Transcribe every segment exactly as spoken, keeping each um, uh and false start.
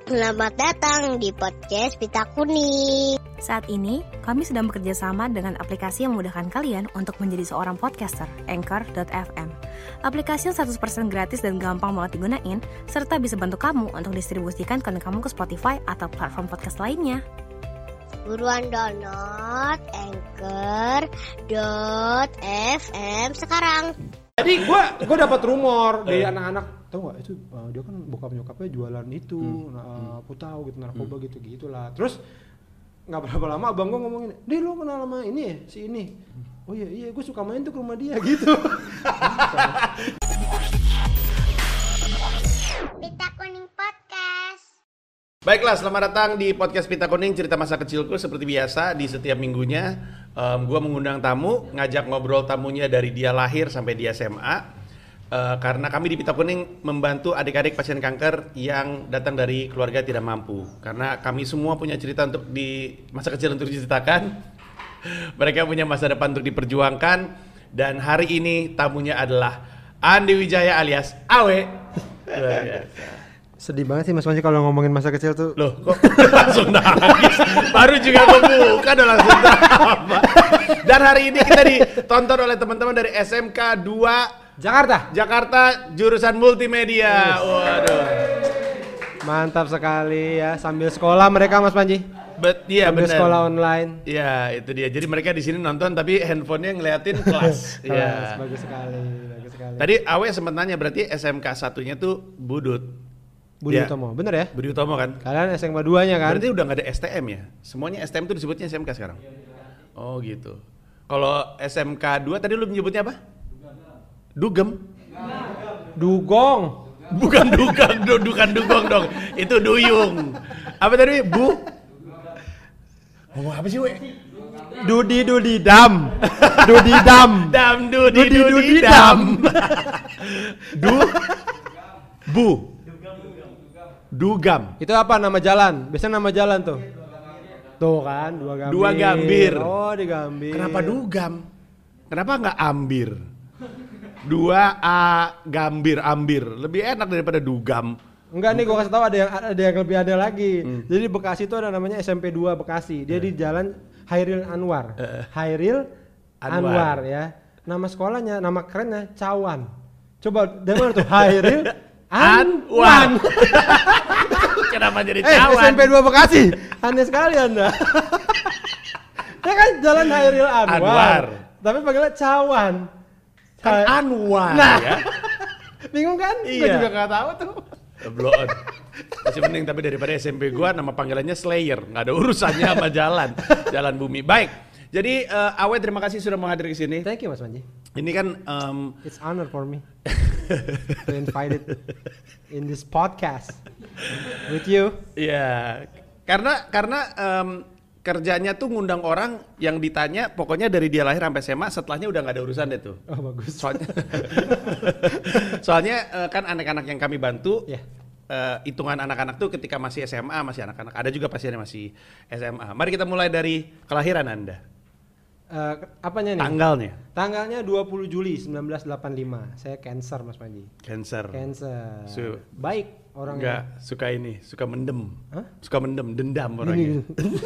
Selamat datang di podcast Pita Kuning. Saat ini, kami sedang bekerja sama dengan aplikasi yang memudahkan kalian untuk menjadi seorang podcaster, Anchor dot f m. Aplikasi yang seratus persen gratis dan gampang banget digunain, serta bisa bantu kamu untuk distribusikan konten kamu ke Spotify atau platform podcast lainnya. Buruan download Anchor dot f m sekarang. Jadi gue gue dapat rumor dari anak-anak, tau nggak itu uh, dia kan bokap nyokapnya jualan itu, hmm. nah, putau gitu, narkoba hmm. gitu gitulah. Terus nggak berapa lama abang gue ngomongin, "Deh lo kenal sama ini ya, si ini." Hmm. "Oh iya iya, gue suka main tuh ke rumah dia." Gitu. Pita Kuning Podcast. Baiklah, selamat datang di podcast Pita Kuning, cerita masa kecilku. Seperti biasa di setiap minggunya um, gue mengundang tamu, ngajak ngobrol tamunya dari dia lahir sampai dia S M A. Uh, karena kami di Pita Kuning membantu adik-adik pasien kanker yang datang dari keluarga tidak mampu. Karena kami semua punya cerita untuk di masa kecil untuk diceritakan. Mereka punya masa depan untuk diperjuangkan. Dan hari ini tamunya adalah Andi Wijaya alias Awe. Luar biasa. Sedih banget sih Mas Panji kalau ngomongin masa kecil tuh. Loh kok langsung nangis? Baru juga membuka udah langsung drama. Dan hari ini kita ditonton oleh teman-teman dari S M K dua Jakarta. Jakarta jurusan multimedia. Yes. Waduh. Mantap sekali ya, sambil sekolah mereka Mas Panji. Bet, iya sambil bener. Sekolah online. Iya, itu dia. Jadi mereka di sini nonton tapi handphonenya ngeliatin kelas. Iya. Bagus sekali, bagus sekali. Tadi Awe sempat nanya berarti S M K satunya tuh Budut. Budi ya. Utomo, bener ya? Budi Utomo kan? Kalian S M K dua-nya kan? Berarti udah gak ada S T M ya? Semuanya S T M tuh disebutnya S M K sekarang? Oh gitu. Kalau S M K dua tadi lu menyebutnya apa? Dugem? Dugong. Bukan dugang, du, bukan dugong dong. Itu duyung. Apa tadi? Bu? Ngomong apa sih, we? Dudi Dudi Dam. Dudi Dam. Dam Dudi Dudi Dudi, Dudi Dam. Du Bu Dugam. Itu apa nama jalan? Biasanya nama jalan tuh. Tuh kan, dua gambir. Dua gambir. Oh, di gambir. Kenapa dugam? Kenapa enggak ambir? Dua A gambir, ambir. Lebih enak daripada dugam. Enggak nih, gua kasih tahu ada yang ada yang lebih ada lagi. Hmm. Jadi Bekasi itu ada namanya S M P dua Bekasi. Dia hmm. di Jalan Hairil Anwar. Uh, Hairil Anwar. Anwar ya. Nama sekolahnya, nama kerennya Cawan. Coba dari mana tuh? Hairil Anwar. Kenapa jadi eh, Cawan? S M P dua Bekasi. Aneh sekali Anda. Ya kan Jalan Hairil Anwar. Anwar. Tapi panggilnya Cawan. Kan Anwar nah. ya. Bingung kan? Iya. Gue juga gak tahu tuh. Blow on. Masih mending tapi daripada S M P gua nama panggilannya Slayer, nggak ada urusannya sama jalan, jalan bumi. Baik. Jadi uh, Awe terima kasih sudah mau hadir ke sini. Thank you Mas Panji. Ini kan um, it's honor for me to invite it in this podcast with you. Iya. Karena karena um, kerjanya tuh ngundang orang yang ditanya pokoknya dari dia lahir sampai S M A, setelahnya udah nggak ada urusan deh tuh. Oh bagus. Soalnya, soalnya uh, kan anak-anak yang kami bantu, yeah. uh, hitungan anak-anak tuh ketika masih S M A masih anak-anak. Ada juga pasiennya masih S M A. Mari kita mulai dari kelahiran Anda. Uh, apanya nih? Tanggalnya. Tanggalnya dua puluh Juli seribu sembilan ratus delapan puluh lima. Saya Cancer Mas Panji. Cancer. Cancer. Su- Baik orangnya. Enggak, suka ini, suka mendem. Hah? Suka mendem, dendam orangnya.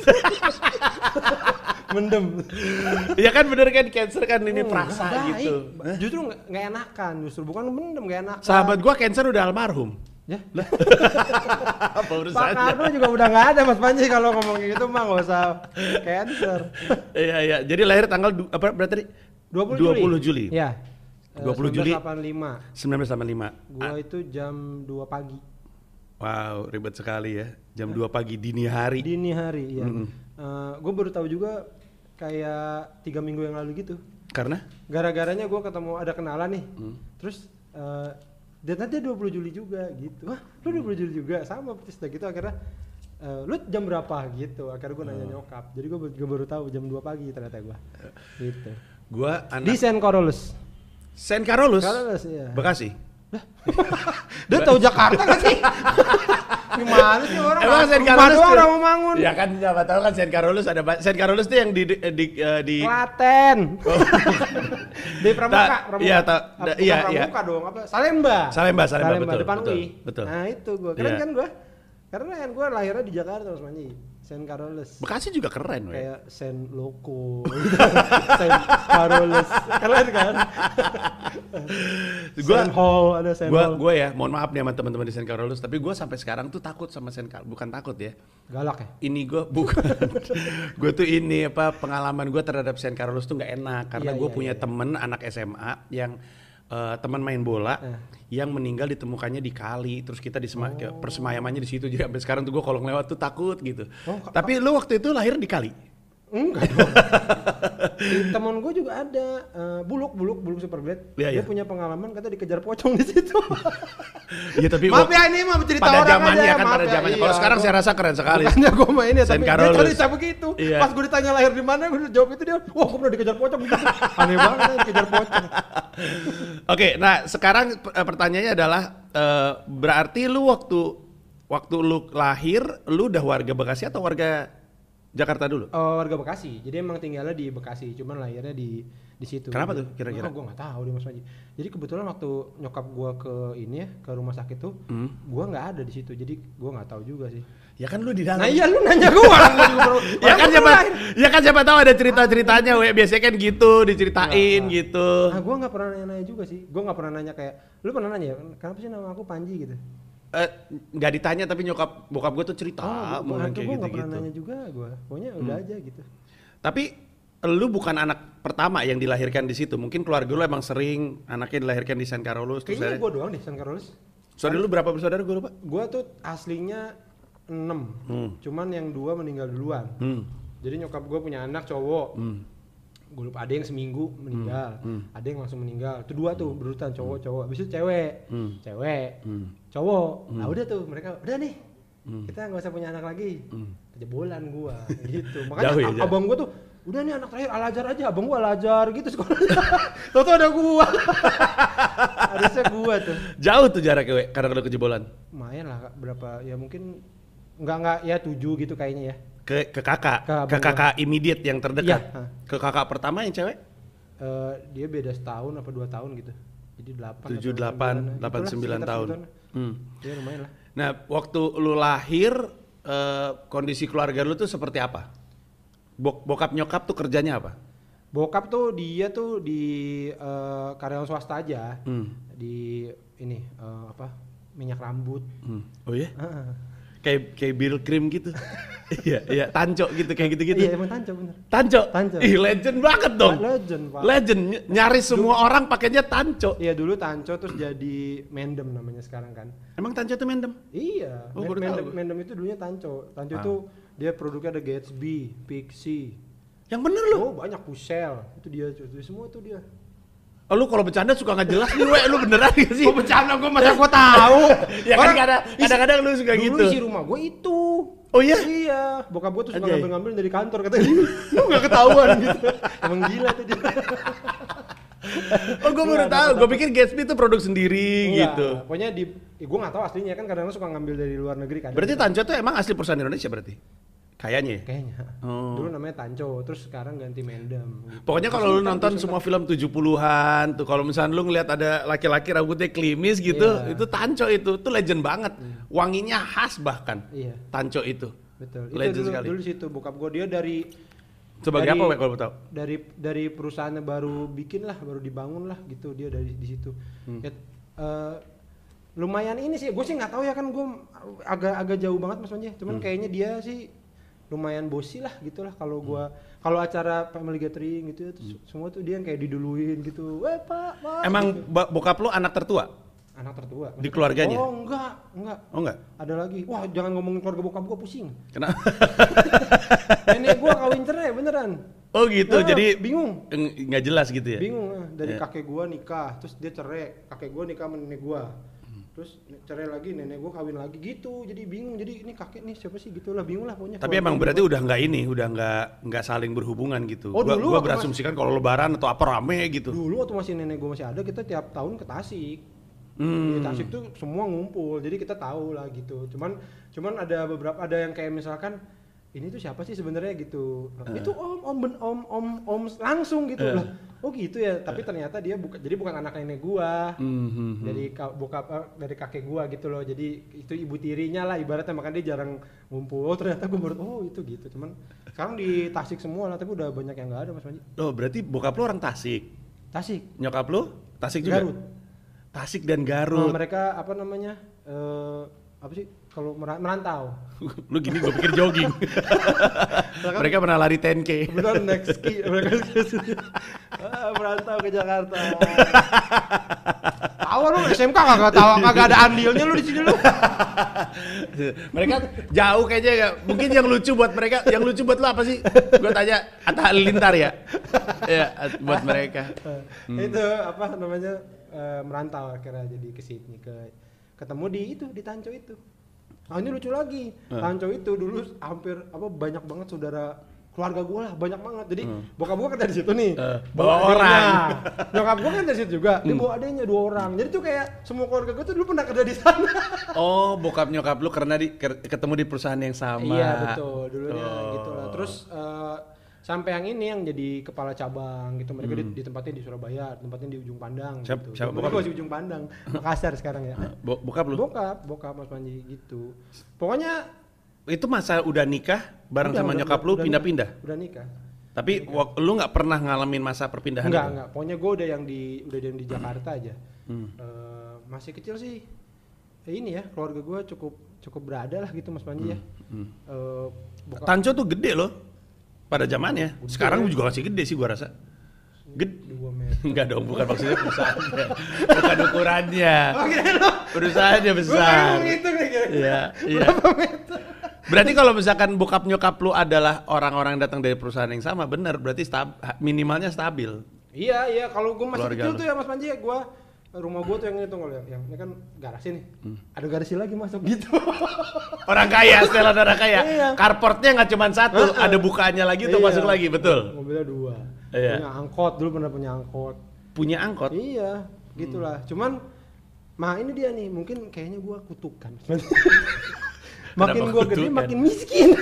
Mendem. Ya kan bener kan, Cancer kan ini oh, perasa baik. gitu. Justru nggak enakan, justru bukan mendem nggak enakan. Sahabat gua Cancer udah almarhum. Ya. Apa Pak Karno juga udah nggak ada Mas Panji kalau ngomong gitu mah nggak usah Cancer. Iya iya. Jadi lahir tanggal du- apa berarti dua puluh dua puluh Juli. Iya. dua puluh Juli seribu sembilan ratus delapan puluh lima. seribu sembilan ratus delapan puluh lima. Gua ah. itu jam dua pagi. Wow, ribet sekali ya. Jam dua pagi dini hari. Dini hari, iya. Mm-hmm. Uh, gue baru tahu juga kayak tiga minggu yang lalu gitu. Karena? Gara-garanya gue ketemu ada kenalan nih. Mm. Terus uh, dia nanti dua puluh Juli juga gitu. Wah, lu dua puluh Juli juga sama persis gitu akhirnya. Uh, lu jam berapa gitu? Akhirnya gue nanya oh. nyokap. Jadi gue baru tahu jam dua pagi ternyata gue. Gitu. Gua anak di Saint Carolus. Saint Carolus? Carolus iya. Bekasi. Dia tahu Jakarta kan sih? Gimana sih orang? Emang Saint Carolus doang orang mau bangun. Ya kan siapa tahu kan Saint Carolus ada Saint Carolus tuh yang di di di, uh, di... Klaten. Oh. Di Pramuka, Ta, Pramuka. Iya, ta, da, iya, Pramuka iya. dong, apa? Salemba. Salemba, Salemba, Salemba betul, depan betul, U I. betul. Nah, itu gua. Keren iya. kan gua? Karena kan gue lahirnya di Jakarta Mas Manji, Saint Carolus. Bekasi juga keren, we. Kayak Saint Loco, Saint Carolus, keren kan? Gua, Saint Hall, ada Saint gua, Hall. Gue ya, mohon maaf nih sama teman-teman di Saint Carolus, tapi gue sampai sekarang tuh takut sama Saint Carolus, bukan takut ya. Galak ya? Ini gue bukan, gue tuh ini apa pengalaman gue terhadap Saint Carolus tuh nggak enak karena Iya, gue iya, punya iya. temen anak S M A yang uh, teman main bola Eh. yang meninggal ditemukannya di kali, terus kita di Oh. persemayamannya di situ, jadi sampai sekarang tuh gue kalau ngelewat tuh takut gitu. Oh, ka- Tapi lu waktu itu lahir di kali? Enggak dong. Di temen gue juga ada uh, buluk buluk buluk Superblade. Iya, Dia iya. punya pengalaman kata dikejar pocong di situ. Iya tapi Maaf wak- ya ini mah cerita pada orang zamannya aja. kan maaf pada ya. zamannya. Iya, Kalau sekarang gua- saya rasa keren sekali. Bukannya gue main ya, Saint tapi dia Carolus. cerita begitu. Iya. Pas gue ditanya lahir di mana, gue jawab itu dia, wah gue pernah dikejar pocong gitu. Aneh banget dikejar pocong. Oke, nah sekarang eh, pertanyaannya adalah eh, berarti lu waktu waktu lu lahir, lu udah warga Bekasi atau warga Jakarta dulu? Oh, warga Bekasi. Jadi emang tinggalnya di Bekasi, cuman lahirnya di di situ. Kenapa tuh kira-kira? Oh, gue nggak tahu deh Mas Manji. Jadi kebetulan waktu nyokap gue ke ini ya, ke rumah sakit tuh, Hmm. gue nggak ada di situ. Jadi gue nggak tahu juga sih. Ya kan lu di dalam. Nah iya lu nanya gue. ya kan siapa ya kan siapa tahu ada cerita-ceritanya, we. Biasanya kan gitu diceritain Nah, gitu. Nah gue nggak pernah nanya-nanya juga sih. Gue nggak pernah nanya kayak, lu pernah nanya ya, kenapa sih nama aku Panji gitu? Eh, nggak ditanya tapi nyokap bokap gue tuh cerita Oh, mulai gue kayak nggak pernah gitu-gitu. nanya juga gue. Pokoknya udah aja gitu. Tapi lu bukan anak pertama yang dilahirkan di situ. Mungkin keluarga lu emang sering anaknya dilahirkan di Saint Carolus. terus Kayaknya akhirnya- gue doang deh Saint Carolus. Saudara lu berapa bersaudara gue lupa? Gue tuh aslinya enam, Hmm. cuman yang dua meninggal duluan. Hmm. Jadi nyokap gue punya anak cowok. Hmm. Gue lupa ada yang seminggu meninggal, Hmm. ada yang langsung meninggal. Itu dua tuh berurutan cowok-cowok. Habis itu cewek, Hmm. cewek, Hmm. cowok. Nah Hmm. udah tuh mereka udah nih. Hmm. Kita nggak usah punya anak lagi. Hmm. Kejebolan gua gitu. Makanya Jauh ya, a- jauh. abang gua tuh udah nih anak terakhir Al-Azhar aja, abang gua Al-Azhar gitu sekolahnya. Tahu-tahu ada gua. Harusnya gua tuh. Jauh tuh jaraknya, we, karena lu kejebolan. Lumayan lah Kak, berapa ya mungkin enggak enggak ya tujuh gitu kayaknya ya. Ke ke kakak, Ke ke, abang kakak immediate yang terdekat. Iya, ha. Ke kakak pertama yang cewek? Eh, dia beda setahun apa dua tahun gitu. Jadi delapan tujuh, atau delapan, sembilan, delapan, itulah, sembilan sekitar tahun. segituan. Hmm. Ya lumayan lah. Nah, waktu lu lahir, eh, kondisi keluarga lu tuh seperti apa? Bok bokap nyokap tuh kerjanya apa? Bokap tuh dia tuh di eh, karyawan swasta aja. Hmm. Di ini eh, apa? Minyak rambut. Hmm. Oh ya? Heeh. Kayak kayak Bill Cream gitu. Iya, iya, Tanco gitu kayak gitu-gitu. Iya emang tanco bener. Tanco. Tanco. Ih, legend banget dong. Legend pak. Legend, ny- nyaris semua orang pakainya Tanco. Iya dulu tanco terus jadi mendem namanya sekarang kan. Emang Tanco tuh mendem? Iya. Oh, men- baru tahu mendem, gua. mendem itu dulunya tanco. Tanco Ah. itu dia produknya ada Gatsby, Pixie. Yang bener lu. Oh banyak Pushell. Itu dia itu semua tuh dia. Oh, lu kalau bercanda suka nggak jelas nih, we, lu beneran gak sih? Gua bercanda gua masa gua tahu. Ya kan Orang- kadang- kadang-kadang lu suka dulu gitu. isi rumah gua itu. Oh iya? Iya, bokap gua tuh suka Anjay. ngambil-ngambil dari kantor katanya. Lu enggak ketahuan gitu. Emang gila tuh dia. Oh, gue baru Enggak, tahu. enggak, Gue pikir Gatsby itu produk sendiri Enggak, gitu. Pokoknya di ya gua enggak tahu aslinya kan kadang-kadang suka ngambil dari luar negeri kan. Berarti Tanco tuh emang asli perusahaan Indonesia berarti? Kayaknya ya? Kayaknya. Oh. Dulu namanya Tanco, terus sekarang ganti Mendem. Gitu. Pokoknya kalau lu nonton semua film tujuh puluhan tuh, kalau misalnya lu ngeliat ada laki-laki rambutnya klimis gitu, Iya. itu Tanco itu, tuh legend banget. Wanginya khas bahkan. Iya, Tanco itu. betul. Legend Itu dulu, sekali. dulu situ bokap gua dia dari Sebagai dari- apa, we, kalau mau tahu? dari dari perusahaannya baru bikin lah, baru dibangun lah gitu dia dari di situ. Hmm. Ya, eh, lumayan ini sih, gue sih nggak tahu ya kan gue agak agak jauh banget Mas Manja. Cuman Hmm. kayaknya dia sih lumayan bosi lah gitulah kalau gua kalau acara family gathering gitu ya, terus semua tuh dia yang kayak diduluin gitu. Eh pak, pak. Emang gitu. ba- bokap lu anak tertua? Anak tertua Di keluarganya? Oh enggak, enggak. Oh enggak? Ada lagi. Wah jangan ngomongin keluarga bokap gua pusing. Kenapa? Nenek gua kawin cerai beneran. Oh gitu, Nah, jadi bingung. eng- nggak jelas gitu ya? Bingung eh. dari Ya. kakek gua nikah, terus dia cerai, kakek gua nikah sama nenek gua. Terus cerai lagi, nenek gua kawin lagi gitu. Jadi bingung. Jadi ini kakek nih siapa sih gitu lah, bingung lah pokoknya. Tapi keluarga emang gua. berarti udah nggak ini, udah nggak nggak saling berhubungan gitu. Oh, gua, dulu gua waktu berasumsikan kalau lebaran atau apa rame gitu. Dulu waktu masih nenek gua masih ada, kita tiap tahun ke Tasik. Hmm. Di Tasik tuh semua ngumpul, jadi kita tahu lah gitu. Cuman cuman ada beberapa ada yang kayak misalkan ini tuh siapa sih sebenarnya gitu. Uh. Itu om om ben, om om om langsung gitu uh. loh. Oh gitu ya, tapi ternyata dia bukan, jadi bukan anak nenek gua. Mm-hmm. Dari bokap uh, dari kakek gua gitu loh. Jadi itu ibu tirinya lah ibaratnya, makanya dia jarang ngumpul. Oh ternyata gua baru oh itu gitu. Cuman sekarang di Tasik semua lah, tapi udah banyak yang enggak ada Mas Panji. Oh, berarti bokap lu orang Tasik. Tasik. Nyokap lu Tasik juga? Garut. Tasik dan Garut. Oh, mereka apa namanya? Uh, apa sih? Kalau merantau. Lu gini gue pikir jogging. Mereka pernah lari ten K. Betul, next ski. Mereka ah, merantau ke Jakarta. Tahu lu S M K kagak tahu, kagak ada andilnya lu di sini lu. Mereka jauh kayaknya ya. Mungkin yang lucu buat mereka, yang lucu buat lu apa sih? Gue tanya, Atta Halilintar ya? Iya, buat mereka. Hmm. Itu apa namanya? Uh, merantau akhirnya jadi ke Sydney, ke ketemu di itu, di Tanco itu. Nah ini lucu lagi, uh. Tanco itu dulu hampir apa banyak banget saudara keluarga gue lah, banyak banget. Jadi uh. bokap gue kan dari situ nih, uh. bawa orang. Nyokap gue kan dari situ juga, dia bawa adanya dua orang. Jadi tuh kayak semua keluarga gue tuh dulu pernah kerja di sana. Oh, bokap nyokap lu karena di, ketemu di perusahaan yang sama. Iya betul, dulunya oh. gitu lah. Terus uh, sampai yang ini yang jadi kepala cabang gitu, mereka hmm. ditempatin di Surabaya, tempatin di Ujung Pandang. Siap, gitu. siapa bokap? Masih Ujung Pandang, Makassar sekarang ya. Bo- bokap lu? Bokap, bokap Mas Panji gitu. Pokoknya itu masa udah nikah bareng udah, sama udah, nyokap udah, lu udah pindah-pindah? Nikah, udah nikah. Tapi nikah. Lu nggak pernah ngalamin masa perpindahan? Enggak, itu? enggak. Pokoknya gue udah yang di udah yang di Jakarta aja. Hmm. Uh, masih kecil sih. Eh, ini ya keluarga gue cukup cukup berada lah gitu Mas Panji hmm. ya. Hmm. Uh, bokap, Tanco tuh gede loh. Pada zamannya. Sekarang juga masih gede sih gua rasa. Gede. Enggak dong, bukan maksudnya perusahaannya. Bukan ukurannya. Oke, perusahaannya besar. Iya, iya. Berarti kalau misalkan bokap nyokap lu adalah orang-orang yang datang dari perusahaan yang sama, benar, berarti stab, minimalnya stabil. Iya, iya, kalau gua masih Keluarga kecil lu. tuh ya Mas Panji, gua rumah gua tuh yang itu kalau yang, yang ini kan garasi nih. Hmm. Ada garasi lagi masuk gitu. Orang kaya, setelan orang kaya. Iya. Carportnya nggak cuma satu, uh-uh. ada bukaannya lagi untuk iya. masuk lagi, betul. Mobilnya dua. Iya. Punya angkot, dulu pernah punya angkot. Punya angkot? Iya, gitulah. Hmm. Cuman, mah ini dia nih, mungkin kayaknya gua kutukan. Makin gua gede, makin miskin.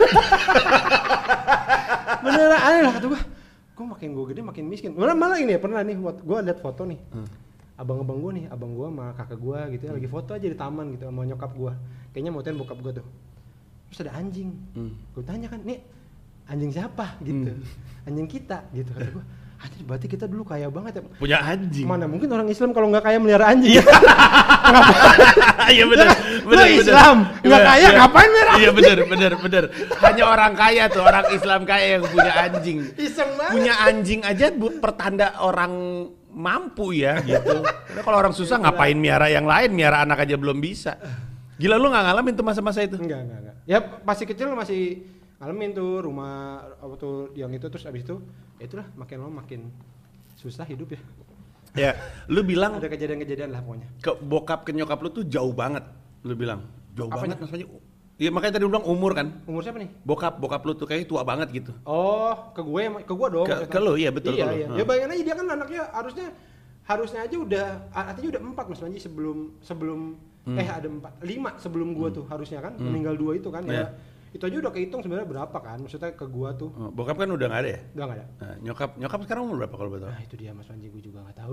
Beneran aneh lah kata gua. Gua makin gua gede, makin miskin. Malah malah ini ya pernah nih, gua liat foto nih. Hmm. Abang-abang gue nih, abang gue sama kakak gue gitu ya, hmm. lagi foto aja di taman gitu sama nyokap gue. Kayaknya motoin bokap gue tuh. Terus ada anjing. Hmm. Gue tanya kan, nih anjing siapa gitu. Hmm. Anjing kita gitu kata gue. Anjir berarti kita dulu kaya banget ya. Punya anjing. Mana mungkin orang Islam kalau nggak kaya melihara anjing. Iya benar. Benar Islam nggak kaya ya. Ngapain melihara anjing? Iya benar benar benar. Hanya orang kaya tuh, orang Islam kaya yang punya anjing. Iseng banget. Punya anjing aja bu, pertanda orang mampu ya gitu. Karena kalau orang susah ngapain miara yang lain, miara anak aja belum bisa. Gila lu nggak ngalamin tuh masa-masa itu? Enggak, enggak, enggak. Ya masih kecil masih ngalamin tuh rumah apa tuh yang itu, terus abis itu ya itulah makin lama makin susah hidup ya. Ya, lu bilang ada kejadian-kejadian lah pokoknya. Ke bokap ke nyokap lu tuh jauh banget. Lu bilang jauh Apanya? banget maksudnya. Iya makanya tadi lu bilang umur kan? Umur siapa nih? Bokap, bokap lu tuh kayaknya tua banget gitu. Oh, ke gue, ke gue dong. Ke, ke lu, iya betul. Iya, ke iya. lu. Ya bayangin aja dia kan anaknya harusnya harusnya aja udah artinya udah empat Mas Panji sebelum sebelum hmm. eh ada empat lima sebelum gue hmm. tuh harusnya kan hmm. meninggal dua itu kan yeah. ya itu aja udah kehitung sebenarnya berapa kan maksudnya ke gue tuh. Oh, bokap kan udah nggak ada ya? Udah nggak ada. Nah, nyokap nyokap sekarang umur berapa kalau betul? Nah itu dia Mas Panji, gue juga nggak tahu.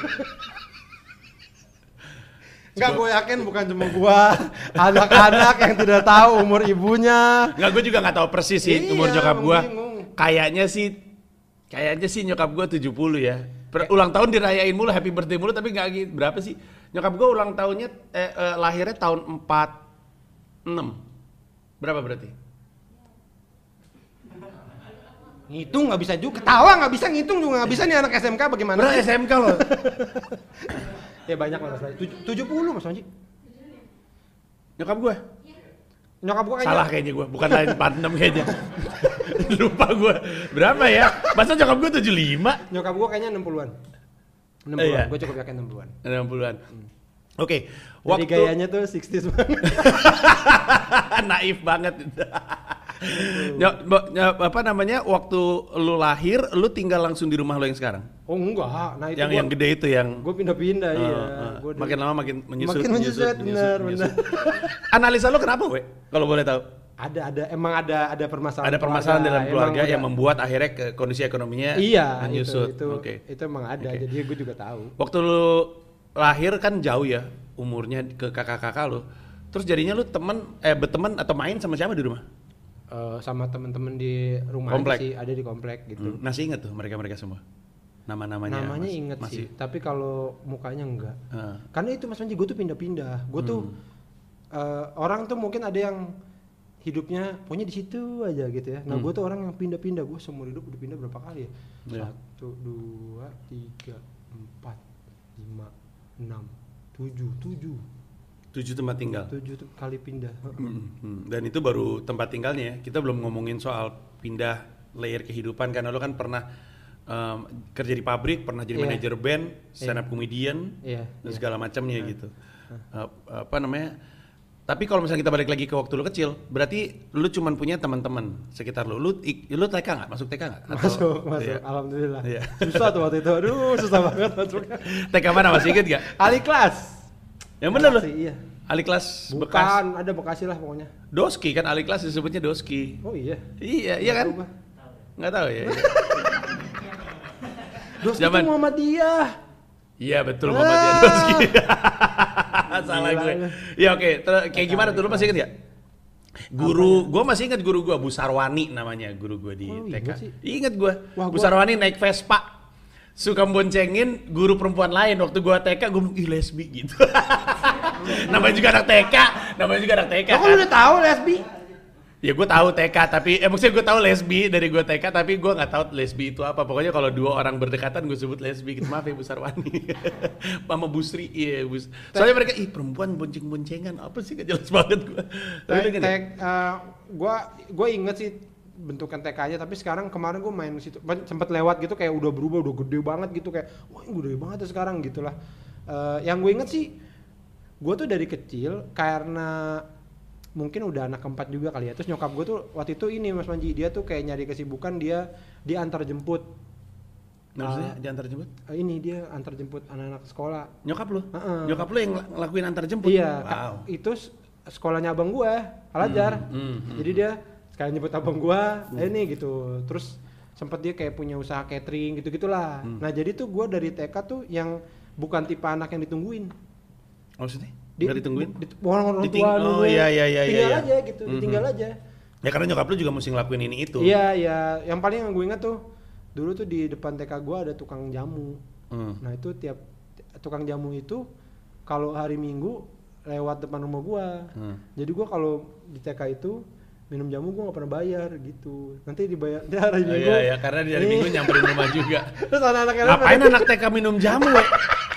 Enggak, gue yakin bukan cuma gue, anak-anak yang tidak tahu umur ibunya. Enggak, gue juga nggak tahu persis sih iya, umur nyokap gue. Kayaknya sih, kayaknya sih nyokap gue tujuh puluh ya. Per, ulang tahun dirayain mulu, happy birthday mulu, tapi nggak gitu. Berapa sih? Nyokap gue ulang tahunnya, eh, eh, lahirnya tahun empat enam. Berapa berarti? Ngitung nggak bisa juga, ketawa nggak bisa, ngitung juga nggak bisa nih anak S M K bagaimana? Berapa S M K loh? Ya banyak lah Mas Panji, tujuh puluh Mas Panji. Nyokap gue? Nyokap gue kayaknya salah kayaknya gue, bukan lain empat enam kayaknya. Lupa gue. Berapa ya? Masa nyokap gue tujuh puluh lima? Nyokap gue kayaknya enam puluhan. enam puluhan, eh, iya. Gue cukup yakin enam puluhan. enam puluhan. Hmm. Oke, okay. Waktu gayanya tuh sixties banget. Naif banget. Nyok, nyok, apa namanya? Waktu lu lahir, lu tinggal langsung di rumah lu yang sekarang? Oh enggak, nah itu yang gua, yang gede itu yang gue pindah-pindah uh, iya. Uh, gua makin di, lama makin menyusut. Makin menyusut, benar, benar. Analisa lu kenapa, we? Kalau boleh tahu? ada ada emang ada ada permasalahan. Ada permasalahan keluarga. dalam keluarga Emang yang udah, membuat akhirnya ke kondisi ekonominya iya menyusut. itu itu, okay. itu emang ada. Okay. Jadi gue juga tahu. Waktu lu lahir kan jauh ya umurnya ke kakak-kakak lu. Terus jadinya lu temen eh berteman atau main sama siapa di rumah? Uh, sama temen-temen di rumah Komplek. sih, ada di komplek gitu. Hmm. Masih inget tuh mereka-mereka semua? Nama-namanya? Namanya mas, inget masih. sih, tapi kalau mukanya enggak. Uh. Karena itu Mas Panji, gue tuh pindah-pindah. Gue tuh Hmm. uh, orang tuh mungkin ada yang hidupnya pokoknya di situ aja gitu ya. Nah Hmm. gue tuh orang yang pindah-pindah. Gue seumur hidup udah pindah berapa kali ya? Yeah. Satu, dua, tiga, empat, lima, enam, tujuh, tujuh. Tujuh tempat tinggal? Tujuh tuh kali pindah. Hmm. Hmm. Dan itu baru tempat tinggalnya ya. Kita belum ngomongin soal pindah layer kehidupan. Karena lo kan pernah um, kerja di pabrik, pernah jadi Yeah. manajer band, stand up Yeah. comedian, Iya. dan iya. segala macamnya Nah. gitu. Uh, apa namanya? Tapi kalau misalnya kita balik lagi ke waktu lu kecil, berarti lu cuma punya teman-teman sekitar lu. Lu ik- lu T K nggak? Masuk T K nggak? Atau- Masuk, masuk. Iya. Alhamdulillah. Iya. Susah tuh waktu itu. Aduh, susah banget masuknya. T K mana masih inget gak? Ali kelas. Yang bener lu? Bekasi, iya. Ali kelas Bukan, bekas. ada Bekasi lah pokoknya. Doski kan Ali kelas disebutnya Doski. Oh iya. Iya, iya kan? Tahu gua. Nggak tahu ya. Iya. Doski Zaman- itu Muhammadiyah. Iya betul Muhammadiyah Doski. Salah Gila gue. lu. Ya oke, Ter- kayak gimana tuh lu masih inget gak? Guru, gue masih inget guru gue, Bu Sarwani namanya guru gue di Oh, T K. inget sih. Ingat gue, Wah, Bu gua- Sarwani naik Vespa, suka boncengin guru perempuan lain. Waktu gue T K, gue bilang, ih lesbi gitu. Namanya juga anak T K, namanya juga anak T K Lo kan kan. udah tahu lesbi? Ya gue tahu T K, tapi eh maksudnya gue tahu lesbi dari gue T K, tapi gue nggak tahu lesbi itu apa. Pokoknya kalau dua orang berdekatan gue sebut lesbi. Gitu. Maaf ya Bu Sarwani, Mama Bu Sri, iya Bu. Soalnya mereka ih perempuan bonceng-boncengan apa sih, gak jelas banget gue. Tapi Tek, lu gini, tek, uh, gua gua inget sih bentukan T K-nya, tapi sekarang kemarin gua main situ sempat lewat gitu kayak udah berubah, udah gede banget gitu kayak wah ini gede banget ya sekarang gitulah. Uh, yang gue inget sih gua tuh dari kecil karena mungkin udah anak keempat juga kali ya. Terus nyokap gue tuh waktu itu ini Mas Panji, dia tuh kayak nyari kesibukan, dia dia antar jemput. maksudnya Uh, diantar jemput? Uh, ini dia antar jemput anak-anak sekolah. Nyokap lu? Heeh. Nyokap lu yang ngel- ngelakuin antar jemput? Iya, Wow. ka- itu s- sekolahnya abang gua, Al-Azhar. Hmm, hmm, hmm. Jadi dia sekalian nyebut abang gua, eh nih gitu. Terus sempat dia kayak punya usaha catering gitu-gitulah. Hmm. Nah, jadi tuh gua dari T K tuh yang bukan tipe anak yang ditungguin. Maksudnya? Di- Nggak ditungguin? di- di- orang-orang Diting- tua oh, nungguin. iya, iya, iya, Tinggal iya. aja gitu, Mhm. ditinggal aja. Ya karena nyokap lu juga mesti ngelakuin ini itu. Iya, iya. Yang paling yang gue ingat tuh dulu tuh di depan T K gua ada tukang jamu. Hmm. Nah, itu tiap tukang jamu itu kalau hari Minggu lewat depan rumah gua. Hmm. Jadi gua kalau di T K itu minum jamu gua nggak pernah bayar gitu. Nanti dibayar dia hari Oh, Minggu. iya, iya, karena di hari Nih. Minggu nyamperin rumah juga. Terus anak-anak yang Ngapain lain anak T K minum jamu, we?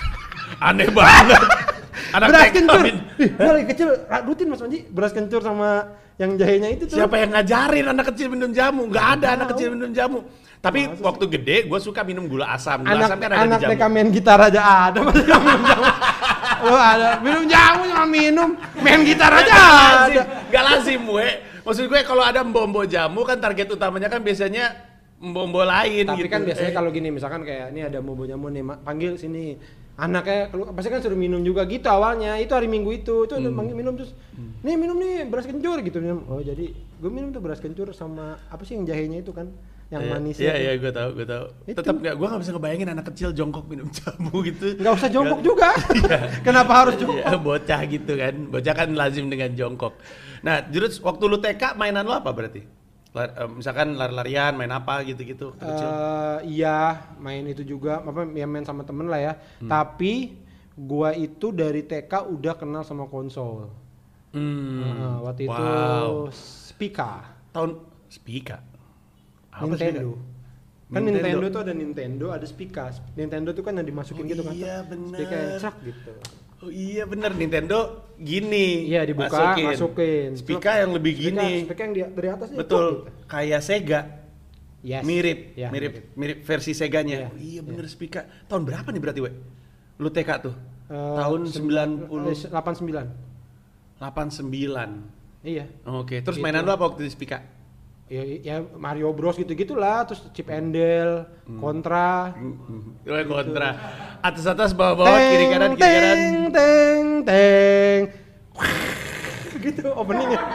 Aneh banget. Anak beras T K kencur. min- Ih, gua lagi kecil ra- rutin Mas Panji, beras kencur sama yang jahenya itu tuh. Siapa yang ngajarin anak kecil minum jamu? Nggak ada anak tahu. kecil minum jamu. Tapi Masa sih? waktu gede, gue suka minum gula asam. Gula Anak asam kan ada anak di T K jamu. main gitar aja ada Mas yang minum jamu. Oh, ada minum jamu cuma minum, main gitar aja Nggak ada. lazim, nggak lazim, we. Maksud gue kalau ada mbok-mbok jamu kan target utamanya kan biasanya mbok-mbok lain Tapi gitu. kan biasanya Eh, kalau gini misalkan kayak ini ada bobo jamu nih, ma- panggil sini. Anaknya kelu- pasti kan suruh minum juga gitu awalnya. Itu hari Minggu itu, itu ada Hmm. panggil minum terus. Nih minum nih beras kencur gitu minum. Oh, jadi gue minum tuh beras kencur sama apa sih yang jahenya itu kan? Yang iya, manisnya. Iya, tuh. iya, gue tahu, gue tahu. Itu. Tetap nggak, gue nggak bisa ngebayangin anak kecil jongkok minum jamu gitu. Nggak usah jongkok Nggak- juga. Kenapa harus jongkok? Iya, bocah gitu kan. Bocah kan lazim dengan jongkok. Nah, terus waktu lu T K mainan lu apa berarti? Lar- eh, misalkan lari-larian, main apa gitu-gitu waktu kecil? Eh, iya, main itu juga, apa ya main sama temen lah ya. Hmm. Tapi gua itu dari T K udah kenal sama konsol. Hmm. Nah, waktu itu Wow. Spika, Tahun Spika. Apa Nintendo. Spika? Kan Nintendo. Nintendo. tuh ada Nintendo, ada Spika. Nintendo tuh kan yang dimasukin Oh gitu kan. iya, bener. Spika yang crak gitu. Oh iya bener, Nintendo gini. Iya, dibuka, masukin. Spika yang lebih Spika- gini. Spika yang di, dari atas dia Betul. crak gitu. Kayak Sega. Yes. Mirip, Ya, mirip, mirip versi Seganya. Iya, Oh, iya bener Spika. Tahun berapa nih berarti, we? Lu T K tuh? Eh, Tahun sembilan- sembilan puluh eh, delapan puluh sembilan. delapan sembilan. Iya. Oke, terus Gitu. mainan lu apa waktu di Spika? Ya, ya Mario Bros gitu-gitulah, terus Chip and Dale, Contra. Lu kontra. Atas-atas, bawah-bawah, kiri kanan, kiri kanan. Teng teng teng. Gitu openingnya.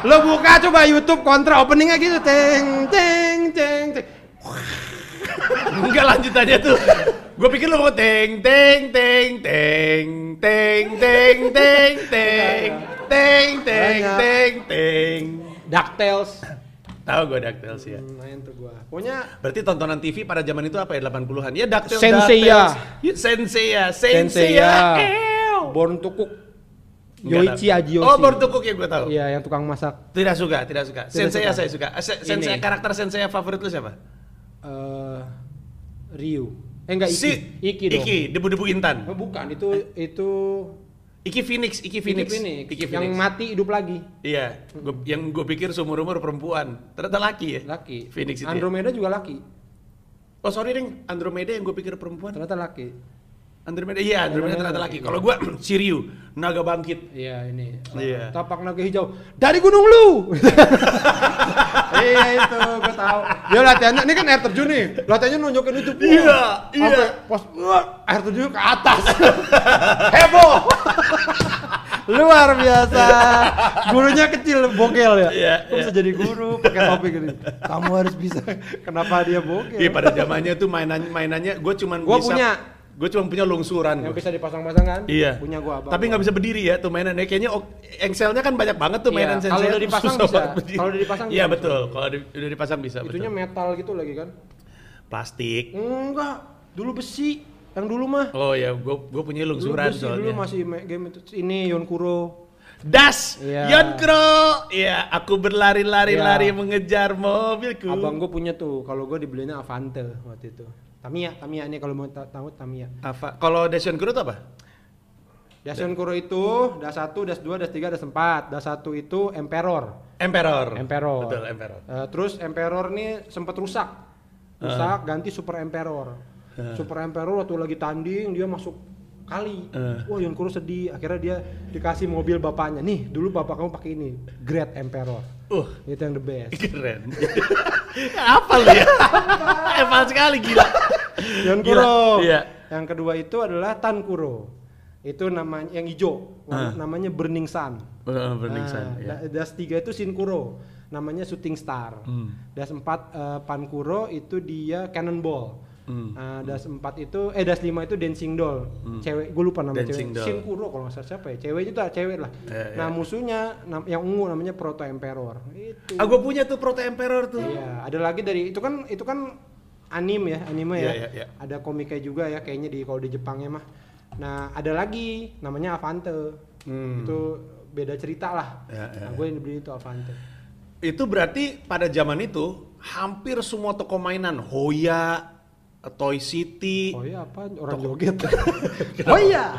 Lo buka coba YouTube kontra openingnya gitu, teng teng teng teng. Enggak lanjutannya tuh. Gue pikir lo mau teng teng teng teng teng teng teng teng teng teng teng teng. DuckTales. Tahu gue DuckTales ya. Hmm, main tuh gua. Pokoknya Berarti tontonan T V pada zaman itu apa ya delapan puluhan? Ya DuckTales. Senseiya. DuckTales. Senseiya, Senseiya. Senseiya. Born to Cook. Enggak Yoichi tahu. Ajiyoshi. Oh, Born to Cook ya gue tahu. Iya, yang tukang masak. Tidak suka, tidak suka. Tidak Senseiya suka. saya suka. Eh, se- Senseiya Ini. karakter Senseiya favorit lu siapa? Eh Ryu. Eh enggak Iki. Si Iki dong. Iki, debu-debu intan. Oh, bukan, itu itu Iki Phoenix, Iki Phoenix. Iki Phoenix. Iki Yang Phoenix. mati hidup lagi. Iya, gua, yang gue pikir seumur-umur perempuan. Ternyata laki ya? Laki. Phoenix itu ya? Andromeda juga laki. Oh sorry Ring, Andromeda yang gue pikir perempuan. Ternyata laki. Andromeda, iya Andromeda Andromeda ternyata laki. laki. Kalau gue Shiryu, naga bangkit. Iya, ini. Iya. Tapak naga hijau. Dari gunung lu. Iya itu, gue tahu. Dia latihannya, ini kan air terjun nih. Latihannya nunjukin itu. Iya, iya. Sampai pas wah, air terjun ke atas. Heboh. Luar biasa. Gurunya kecil, bogel ya. Iya, Kok iya. bisa jadi guru pakai topi gini. Kamu harus bisa. Kenapa dia bogel? Iya pada zamannya tuh mainan mainannya gue cuman Gua bisa. punya. Gue cuma punya lungsuran. Yang Gua. bisa dipasang-pasang kan? Iya. Punya gua abang. Tapi nggak bisa berdiri ya tuh mainannya. Kayaknya ok- engselnya kan banyak banget tuh Iya, mainan kalau sensei. udah dipasang Susah bisa. banget berdiri. Kalau udah dipasang Iya bisa. betul. Kalau di- udah dipasang bisa. Itunya betul. metal gitu lagi kan? Plastik. Enggak, dulu besi. Yang dulu mah. Oh ya, gue gue punya Dulu lungsuran besi, soalnya. dulu masih me- game itu. Ini Yonkuro. Das, Iya. Yonkro, ya aku berlari-lari-lari Iya. mengejar mobilku. Abang gue punya tuh, kalau gue dibelinya Avante waktu itu. Tamiya, Tamiya ini kalau mau ta- tahu Tamiya. Apa? Kalau Das Yonkro itu apa? Das Yonkuro itu, Das satu, Das dua, Das tiga, Das empat. Das satu itu Emperor. Emperor. Emperor. Betul, Emperor. Eh, terus Emperor nih sempat rusak. Rusak, ganti Super Emperor. Super Emperor waktu lagi tanding dia masuk kali. Uh. Wah, Yonkuro sedih. Akhirnya dia dikasih mobil bapaknya. Nih, dulu bapak kamu pakai ini, Great Emperor. Uh, Itu yang the best. keren. Apa lu ya? Hebat sekali gila. Yonkuro. Gila, iya. Yang kedua itu adalah Tankuro. Itu namanya yang hijau, Ah. namanya Burning Sun. Uh, Burning Nah, Sun, ya. da- Das tiga itu Shinkuro, namanya Shooting Star. Hmm. Das empat eh, Pankuro itu dia Cannonball. Hmm. Nah, Das empat itu eh Das lima itu Dancing Doll. Cewek, gue lupa nama Dancing cewek. Doll. Shinkuro kalau nggak salah siapa ya? Cewek itu cewek lah. Ya, ya. Nah, musuhnya nam- yang ungu namanya Proto Emperor. Itu. Ah, gue punya tuh Proto Emperor tuh. Iya, ada lagi dari itu kan itu kan anime ya, anime ya. Iya, iya, iya. Ada komiknya juga ya kayaknya di kalau di Jepangnya mah. Nah, ada lagi namanya Avante. Hmm. Itu beda cerita lah. Ya, ya, nah, gue yang dibeli itu Avante. Itu berarti pada zaman itu hampir semua toko mainan, Hoya, Toy City, Oh iya apa? Orang joget. Oh iya.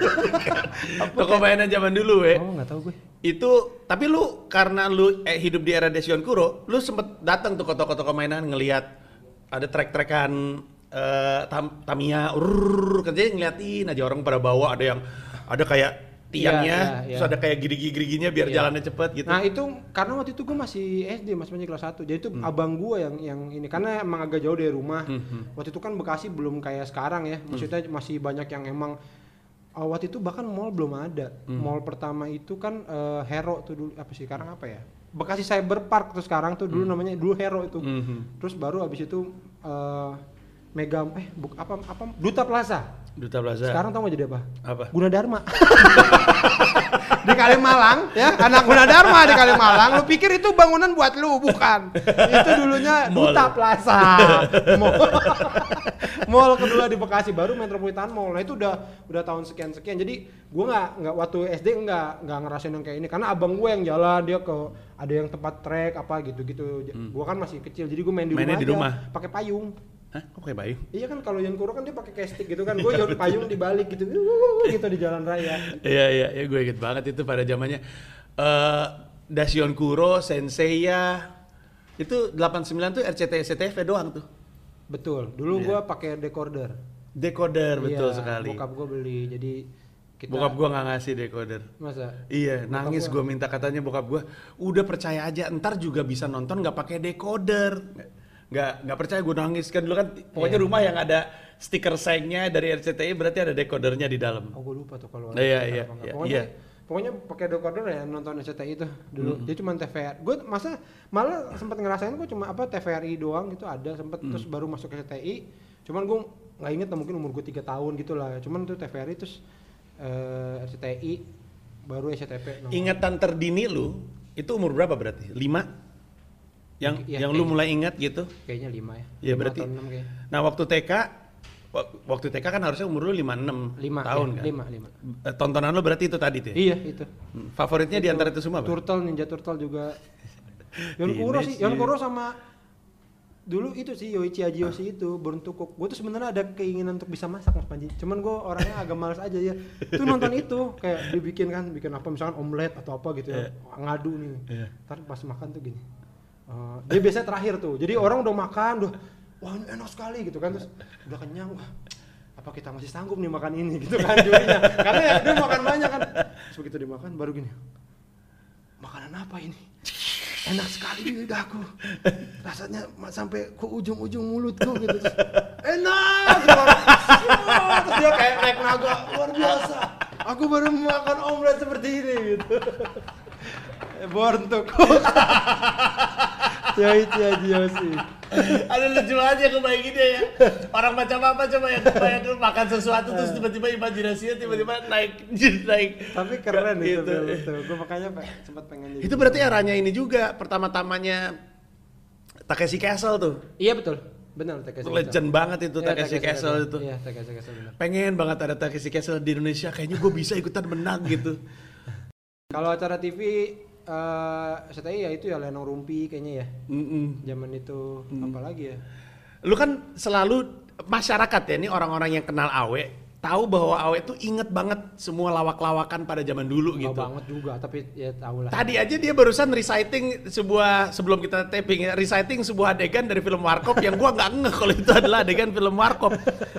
toko mainan zaman dulu ya. Oh, nggak tahu gue. Itu tapi lu karena lu eh, hidup di era Das Yonkuro, lu sempet datang tuh ke toko-toko mainan ngelihat ada trek-trekan eh, tam, Tamiya, urr, kerjanya ngeliatin aja orang pada bawa, ada yang ada kayak tiangnya, Iya, iya, terus iya. ada kayak gigi-giginya biar Iya. jalannya cepet gitu. Nah itu karena waktu itu gue masih S D, masih masih kelas satu. Jadi itu abang gue yang yang ini karena emang agak jauh dari rumah. Waktu itu kan Bekasi belum kayak sekarang ya. Maksudnya masih banyak yang emang uh, waktu itu bahkan mall belum ada. Mall pertama itu kan uh, Hero tuh dulu apa sih sekarang apa ya? Bekasi Cyber Park tuh sekarang tuh dulu namanya dulu Hero itu. Mhm. Terus baru abis itu uh, Mega eh buk, apa apa Duta Plaza. Duta Plaza. Sekarang tau gak jadi apa? Apa? Gunadarma. Di Kalimalang ya, anak Gunadarma di Kalimalang. Lu pikir itu bangunan buat lu, bukan. Itu dulunya Mall. Duta Plaza. Mall. Mall kedua di Bekasi baru Metropolitan Mall. Nah itu udah udah tahun sekian sekian. Jadi gua nggak nggak waktu S D nggak nggak ngerasain yang kayak ini karena abang gue yang jalan dia ke ada yang tempat trek apa gitu-gitu. Gua kan masih kecil jadi gua main di Mainnya rumah di aja, rumah? pakai payung. Hah? Kok kayak bayu? Iya kan kalau Yonkuro kan dia pakai kayak stick gitu kan, gue payung dibalik gitu, gitu di jalan raya. Iya iya, ya, gue inget banget itu pada zamannya. Eh Das Yonkuro, Senseiya, itu delapan puluh sembilan tuh R C T I S C T V doang tuh. Betul. Dulu Iya. gue pakai decoder. Decoder betul Iya, sekali. Bokap gue beli, jadi kita. Bokap gue nggak ngasih decoder. Masa? Iya, Bokap nangis gua- gue minta katanya bokap gue, udah percaya aja, ntar juga bisa nonton nggak pakai decoder. Nggak nggak percaya, gue nangis kan dulu kan. Pokoknya Iya. rumah yang ada stiker sayangnya dari R C T I berarti ada decodernya di dalam. Oh gue lupa tuh kalau. Iya, ada iya, apa enggak. iya, Pokoknya iya. pokoknya pakai decoder ya nonton S C T I itu dulu. Hmm. Dia cuma T V R. Gue masa malah sempat ngerasain gue cuma apa T V R I doang gitu ada sempat hmm. terus baru masuk ke S C T I. Cuman gue nggak inget mungkin umur gue tiga tahun gitu lah. Cuman tuh T V R I terus uh, S C T I baru S C T P. Nomor. Ingatan terdini lu itu umur berapa berarti? lima? Yang ya, yang lu mulai ingat gitu? Kayaknya lima ya. Iya berarti. Nah waktu T K, waktu T K kan harusnya umur lu lima enam tahun ya, kan? lima, lima. Tontonan lu berarti itu tadi tuh ya? Iya itu. Favoritnya itu, di antara itu semua apa? Turtle, Ninja Turtle juga. Yonkuro sih, Yonkuro sama dulu itu sih Yoichi Ajiyoshi itu Burnt to Cook. Gue tuh sebenarnya ada keinginan untuk bisa masak Mas Panji. Cuman gue orangnya agak malas aja ya. Tuh nonton itu kayak dibikin kan, bikin apa misalkan omelet atau apa gitu ya. Yeah. Ngadu nih. Yeah. Ntar pas makan tuh gini. Uh, dia biasanya terakhir tuh. Jadi orang udah makan, udah wah ini enak sekali gitu kan, terus udah kenyang, wah apa kita masih sanggup nih makan ini gitu kan jurinya. Karena ya, dia makan banyak kan. Terus begitu dimakan baru gini. Makanan apa ini? Enak sekali di lidahku, rasanya sampai ke ujung-ujung mulutku gitu. Terus, enak, terus dia kayak naik naga luar biasa. Aku baru makan omelet seperti ini gitu. Burnt to Cook. Yoichi Ajiyoshi. Aduh lucu aja kebayangin dia ya. Orang macam apa coba yang kebayang makan sesuatu terus tiba-tiba imajinasinya tiba-tiba naik naik. Tapi keren itu gitu. Itu. Gue makanya sempat pengen jadi. Itu berarti eranya ini juga pertama-tamanya Takeshi Castle tuh. Iya betul. Benar Takeshi Castle. Legend banget itu ya, Takeshi Castle itu. Iya Takeshi Castle benar. Pengen banget ada Takeshi Castle di Indonesia. Kayaknya gue bisa ikutan menang gitu. Kalau acara T V Uh, S C T I ya itu ya Lenong Rumpi kayaknya ya. Mm-mm. Zaman itu mm. apalagi ya. Lu kan selalu masyarakat ya ini orang-orang yang kenal Awe tahu bahwa Awe tuh inget banget semua lawak-lawakan pada zaman dulu Nggak gitu. banget juga tapi ya tahu lah. Tadi aja dia barusan reciting sebuah sebelum kita taping ya, reciting sebuah adegan dari film Warkop yang gua nggak ngeh kalau itu adalah adegan film Warkop.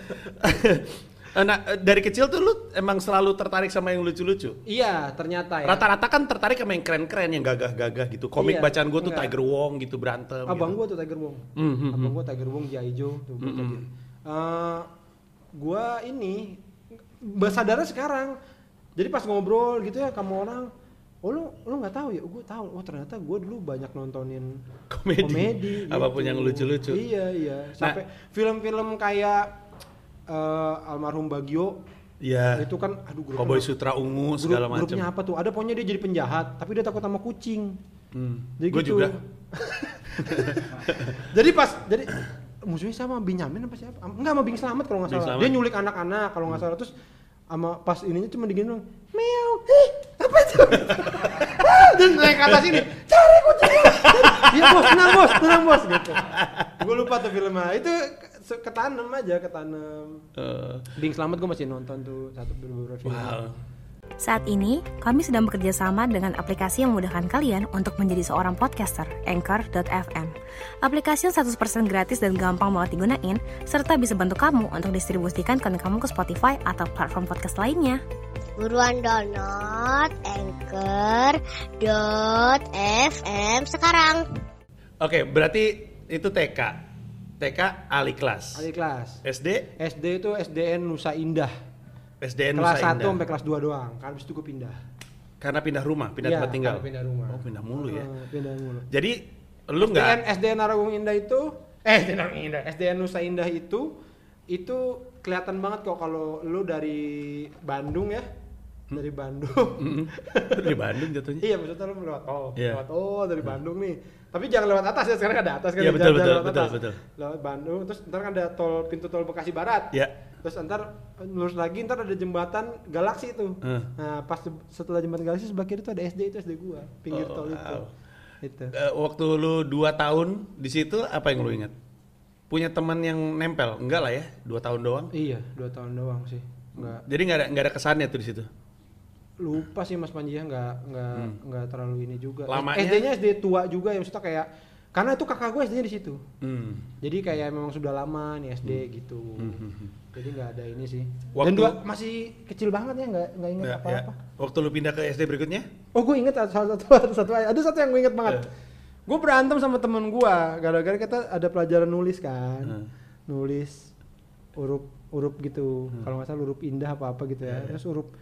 Nah, dari kecil tuh lu emang selalu tertarik sama yang lucu-lucu? Iya, ternyata ya. Rata-rata kan tertarik sama yang keren-keren, yang gagah-gagah gitu. Komik iya, bacaan gue tuh enggak. Tiger Wong gitu, berantem. Abang gitu. gue tuh Tiger Wong. Mm-hmm. Abang gue Tiger Wong, G I. Joe tuh. Mm-hmm. Uh, gue ini sadarnya sekarang. Jadi pas ngobrol gitu ya sama orang, oh lu lu nggak tahu ya? Gue tahu. Oh ternyata gue dulu banyak nontonin komedi. komedi Apapun gitu. Yang lucu-lucu. Iya iya. Sampai nah, film-film kayak Uh, almarhum Bagio, ya. Itu kan, aduh grup Cowboy Sutra Ungu segala macam. Grupnya apa tuh? Ada pokoknya dia jadi penjahat, tapi dia takut sama kucing. Hmm. Jadi gue gitu. juga. Jadi pas, jadi musuhnya sama Benyamin apa siapa? Enggak sama Bing Slamet kalau nggak salah. Slamet. Dia nyulik anak-anak kalau nggak hmm. salah terus sama pas ininya cuma digini dong. Meow, eh, apa itu? Dan naik ke atas ini, cari kucing. Iya bos, tenang bos, tenang bos gitu. Gue lupa tuh filmnya. Itu ketanem aja, ketanem. Uh. Bing Slamet gue masih nonton tuh satu beberapa film. Wow. Saat ini, kami sedang bekerja sama dengan aplikasi yang memudahkan kalian untuk menjadi seorang podcaster, anchor dot f m. Aplikasi yang seratus persen gratis dan gampang banget digunain, serta bisa bantu kamu untuk distribusikan konten kamu ke Spotify atau platform podcast lainnya. Buruan download anchor dot f m sekarang. Oke, berarti itu T K. T K Ali kelas. Ali kelas. S D? S D itu S D N Nusa Indah. S D N kelas Nusa Indah. satu sampai kelas dua doang. Kan habis itu gue pindah. Karena pindah rumah, pindah ya, tempat tinggal. pindah rumah. Oh, pindah mulu ya. Uh, pindah mulu. Jadi lu enggak S D N Narogong Indah itu eh S D N Narogong Indah, S D N Nusa Indah itu itu kelihatan banget kok kalau lu dari Bandung ya. Hmm? Dari Bandung. Mm-hmm. Dari Bandung jatuhnya. Iya, maksudnya lu lewat tol. Yeah. Lewat oh dari Bandung nih. Tapi jangan lewat atas ya, sekarang ada atas kan. Iya, betul, betul, lewat betul, atas. betul. Lewat Bandung, terus ntar kan ada tol pintu tol Bekasi Barat. Iya. Yeah. Terus ntar lurus lagi ntar ada jembatan Galaksi tuh. Uh. Nah, pas setelah jembatan Galaksi sebelah kiri tuh ada S D, itu S D gua, pinggir oh, tol wow. itu. Itu. Uh, waktu lu dua tahun di situ apa yang lu ingat? Punya teman yang nempel? Enggak lah ya, dua tahun doang? Iya, dua tahun doang sih. Enggak. Jadi nggak ada nggak ada kesannya tuh di situ? Lupa sih Mas Panji ya, nggak nggak hmm. nggak terlalu ini juga. Lamanya? S D-nya S D tua juga ya, maksudnya kayak karena itu kakak gue S D-nya di situ. Hmm. Jadi kayak memang sudah lama nih S D hmm. gitu. Hmm. Jadi nggak ada ini sih. Waktu... Dan dua masih kecil banget ya, nggak nggak ingat ya, apa-apa. Ya. Waktu lu pindah ke S D berikutnya? Oh, gue inget salah satu satu, satu ada satu yang gue inget banget. Yeah. Gue berantem sama temen gue gara-gara kita ada pelajaran nulis kan, hmm. nulis huruf huruf gitu. Hmm. Kalau nggak salah huruf indah apa apa gitu ya. Yeah. Terus huruf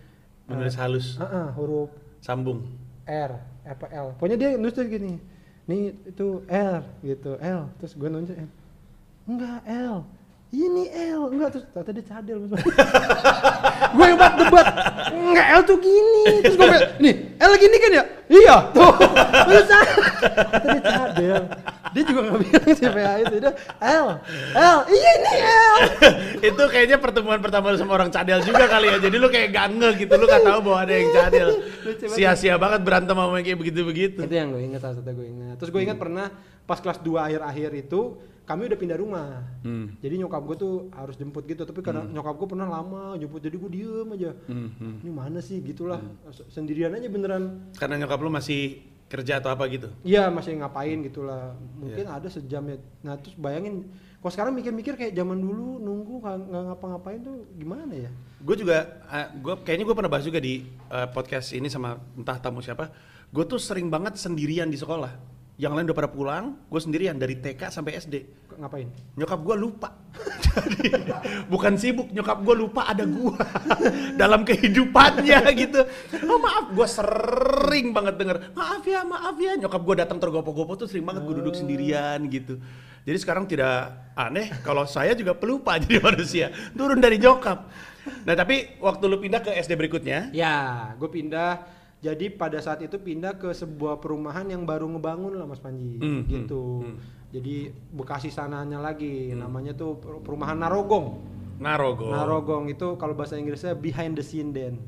Menulis halus. Uh, uh, huruf Sambung. R apa L. Pokoknya dia nulis gini. Nih itu L gitu, L. Terus gue nunjuk L. Enggak L. Ini L. Enggak, terus ternyata dia cadel. Gue hebat debat. Enggak, L tuh gini. Terus gue bilang, nih L gini kan ya? Iya tuh. Terus ternyata dia cadel. Dia juga gak bilang C P A itu. Dia L. L. Iya ini L. Itu kayaknya pertemuan pertama lu sama orang cadel juga kali ya. Jadi lu kayak gak ngeh gitu. Lu gak tahu bahwa ada yang cadel. Sia-sia banget berantem sama kayak begitu-begitu. Itu yang gue ingat, salah satu gue ingat. Terus gue ingat hmm. pernah pas kelas dua akhir-akhir itu kami udah pindah rumah, hmm. jadi nyokap gue tuh harus jemput gitu, tapi karena hmm. nyokap gue pernah lama jemput, jadi gue diem aja, hmm. ini mana sih gitulah, hmm. sendirian aja beneran. Karena nyokap lu masih kerja atau apa gitu? Iya, masih ngapain gitulah, mungkin yeah. ada sejam ya. Nah terus bayangin, kalau sekarang mikir-mikir kayak zaman dulu nunggu nggak ngapa-ngapain tuh gimana ya? Gue juga, uh, gue kayaknya gue pernah bahas juga di uh, podcast ini sama entah tamu siapa, gue tuh sering banget sendirian di sekolah. Yang lain udah pada pulang, gue sendirian dari T K sampai S D. Ngapain? Nyokap gue lupa. Jadi bukan sibuk, nyokap gue lupa ada gue dalam kehidupannya gitu. Oh maaf, gue sering banget denger maaf ya, maaf ya. Nyokap gue datang tergopoh-gopoh tuh sering banget gue duduk sendirian gitu. Jadi sekarang tidak aneh kalau saya juga pelupa jadi manusia, turun dari nyokap. Nah tapi waktu lu pindah ke S D berikutnya? Ya, gue pindah. Jadi pada saat itu pindah ke sebuah perumahan yang baru ngebangun lah Mas Panji, mm, gitu. Mm, Jadi Bekasi sananya lagi, mm. namanya tuh perumahan Narogong. Narogong. Narogong itu kalau bahasa Inggrisnya behind the scene den.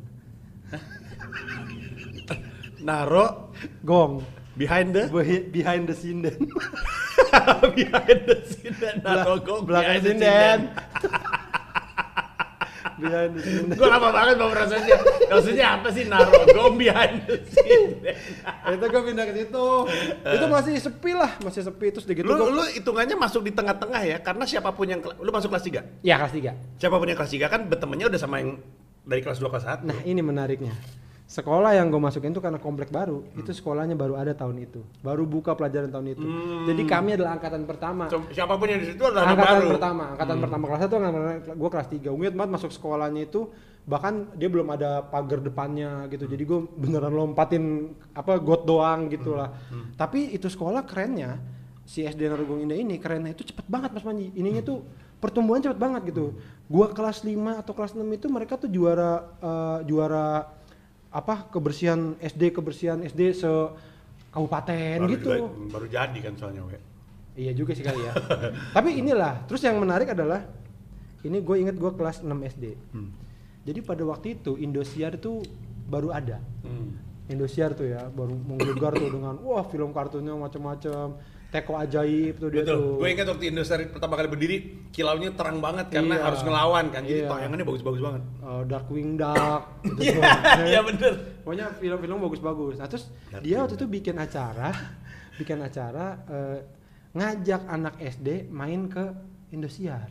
Naro gong. Behind the Be- behind the scene den. Behind the scene den. Narogong. Belakang scene den. Behind the scene. Gue lama banget mau rasanya. Maksudnya apa sih Narogong behind the scene? Itu gue pindah ke situ. Uh. Itu masih sepi lah, masih sepi terus gitu. Lu gua... lu hitungannya masuk di tengah-tengah ya, karena siapapun yang lu masuk kelas tiga. Iya, kelas tiga. Siapapun yang kelas tiga kan bertemannya udah sama yang dari kelas dua kelas satu. Nah, ini menariknya. Sekolah yang gue masukin itu karena komplek baru, hmm. itu sekolahnya baru ada tahun itu, baru buka pelajaran tahun itu. Hmm. Jadi kami adalah angkatan pertama. Siapapun yang di situ adalah angkatan baru. pertama, angkatan hmm. pertama kelas satu, gue kelas tiga. Gue ingat banget masuk sekolahnya itu, bahkan dia belum ada pagar depannya gitu. Jadi gue beneran lompatin apa got doang gitulah. Hmm. Hmm. Tapi itu sekolah kerennya, si S D Narogong Indah ini kerennya itu cepet banget Mas Panji. Ininya tuh pertumbuhan cepet banget gitu. Gue kelas lima atau kelas enam itu mereka tuh juara uh, juara apa kebersihan S D kebersihan S D se kabupaten baru gitu. Juga, baru jadi kan soalnya we. Iya juga sih kali ya. Tapi inilah, terus yang menarik adalah ini gue inget gue kelas enam S D. Hmm. Jadi pada waktu itu Indosiar itu baru ada. Hmm. Indosiar tuh ya baru menggegar tuh dengan wah film kartunnya macam-macam. Teko ajaib tuh dia. Betul. Tuh. Gue ingat waktu Indosiar pertama kali berdiri, kilaunya terang banget karena iya, harus ngelawan kan. Jadi iya. tayangannya bagus-bagus banget. Uh, Darkwing Duck. Iya, iya bener. Pokoknya film-film bagus-bagus. Nah terus Dark dia waktu itu bikin acara, bikin acara uh, ngajak anak S D main ke Indosiar.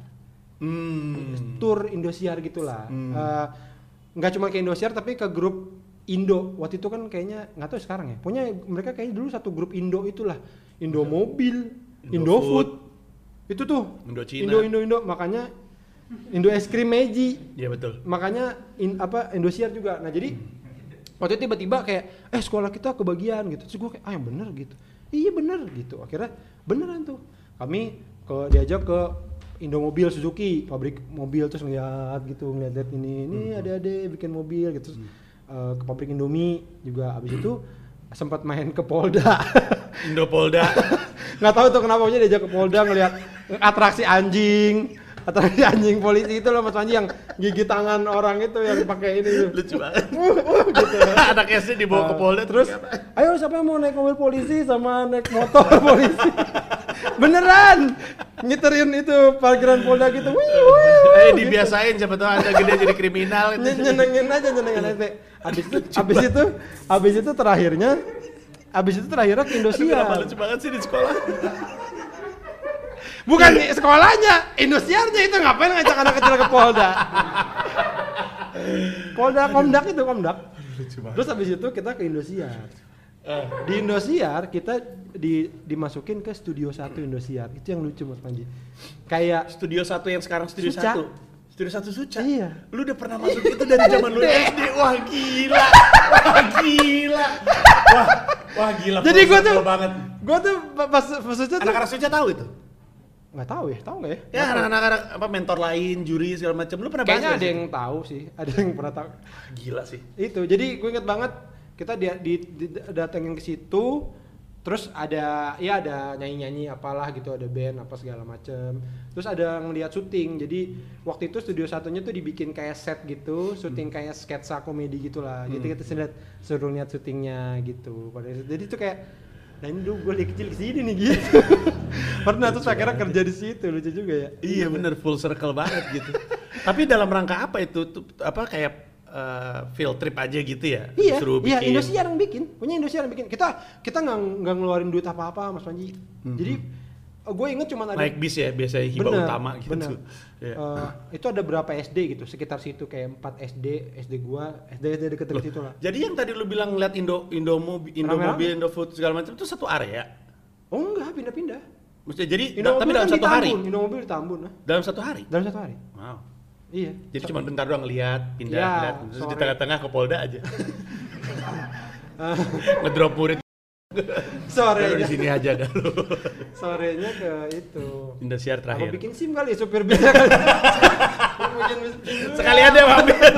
Hmm. Tour Indosiar gitulah. Hmm. Uh, nggak cuma ke Indosiar tapi ke grup Indo. Waktu itu kan kayaknya nggak tahu sekarang ya. Pokoknya mereka kayaknya dulu satu grup Indo itulah. Indo Mobil, Indo, Indo Food. Itu tuh. Indo Cina. Indo Indo Indo makanya Indo Es Krim Meiji. Iya betul. Makanya in, apa Indosiar juga. Nah, jadi waktu itu tiba-tiba kayak eh sekolah kita kebagian gitu. Terus gue kayak ah yang bener gitu. Iya bener gitu. Akhirnya beneran tuh. Kami ke diajak ke Indo Mobil Suzuki, pabrik mobil terus ngeliat gitu, ngeliat ini ini hmm. adik-adik bikin mobil gitu. Terus hmm. uh, ke pabrik Indomie juga abis itu sempat main ke Polda. Indo Polda. Nggak tahu tuh kenapa aja diajak ke Polda ngelihat atraksi anjing, atraksi anjing polisi itu loh Mas Panji yang gigit tangan orang itu yang pakai ini. Lucu banget. Uh, uh, gitu. Anak S D dibawa uh, ke Polda terus, ayo siapa yang mau naik mobil polisi sama naik motor polisi? Beneran ngiterin itu parkiran Polda gitu. Wih, wih, eh dibiasain siapa tahu Anda gede jadi kriminal. Nyenengin aja, nyenengin aja. Abis itu, abis itu, abis itu terakhirnya, abis itu terakhirnya ke Indosiar. Aduh, lucu banget sih di sekolah. Bukan di sekolahnya, Indosiarnya itu ngapain ngajak anak kecil ke Polda? Polda Komdak itu Komdak. Terus abis itu kita ke Indosiar. Di Indosiar kita di, dimasukin ke Studio satu Indosiar. Itu yang lucu Mas Panji. Kayak Studio satu yang sekarang Studio Suca. satu. Studio Satu Suca? Iya. Lu udah pernah masuk itu dari zaman lu S D? Wah gila, wah gila, wah, wah gila. Jadi gue tuh, banget. gue tuh pas pas Suca tuh. Anak-anak Suca tahu itu? Nggak tahu ya, tahu nggak ya? Ya anak-anak apa mentor lain, juri segala macam. Lu pernah bahas? Kayaknya nggak ada sih? yang tahu sih, ada yang pernah tahu. Gila sih. Itu, jadi gue inget banget kita di, di, di datengin ke situ, terus ada ya ada nyanyi-nyanyi apalah gitu, ada band apa segala macem. Terus ada ngeliat syuting. Jadi waktu itu studio satunya tuh dibikin kayak set gitu, syuting kayak sketsa komedi gitulah. Hmm. Gitu kita lihat suruh lihat syutingnya gitu. Pada jadi itu kayak dan dulu gue lagi kecil kesini nih gitu. Pernah terus akhirnya kerja di situ, lucu juga ya. Iya bener, full circle banget gitu. Tapi dalam rangka apa itu? Tuh, apa kayak uh, field trip aja gitu ya? Iya, Suruh iya bikin. Indosiar yang bikin, punya Indosiar yang bikin. Kita kita nggak nggak ngeluarin duit apa-apa, Mas Panji. Mm-hmm. Jadi gue inget cuma ada Naik bis ya, biasanya hibah bener, utama gitu. bener. Ya. Uh, itu ada berapa S D gitu, sekitar situ kayak empat S D, S D gua, S D S D deket-deket situ lah. Jadi yang tadi lu bilang ngeliat Indo Indo mobil, Indo Rame-rame. mobil, Indo food segala macam itu satu area. Oh enggak, pindah-pindah. Maksudnya jadi Indomobil da- tapi dalam kan satu di hari. Tambun, Indomobil di Tambun, nah. Dalam satu hari. Dalam satu hari. Wow. Iya. Jadi cuma bentar doang lihat, pindah, Ya, lihat, terus di sore. tengah-tengah ke Polda aja. Ngedrop murid. Sore Taruh di sini aja dah lu. sorenya ke itu. Indosiar Apa terakhir. bikin SIM kali ya, supir bisnya kali. Bikin SIM. Sekalian deh mampir.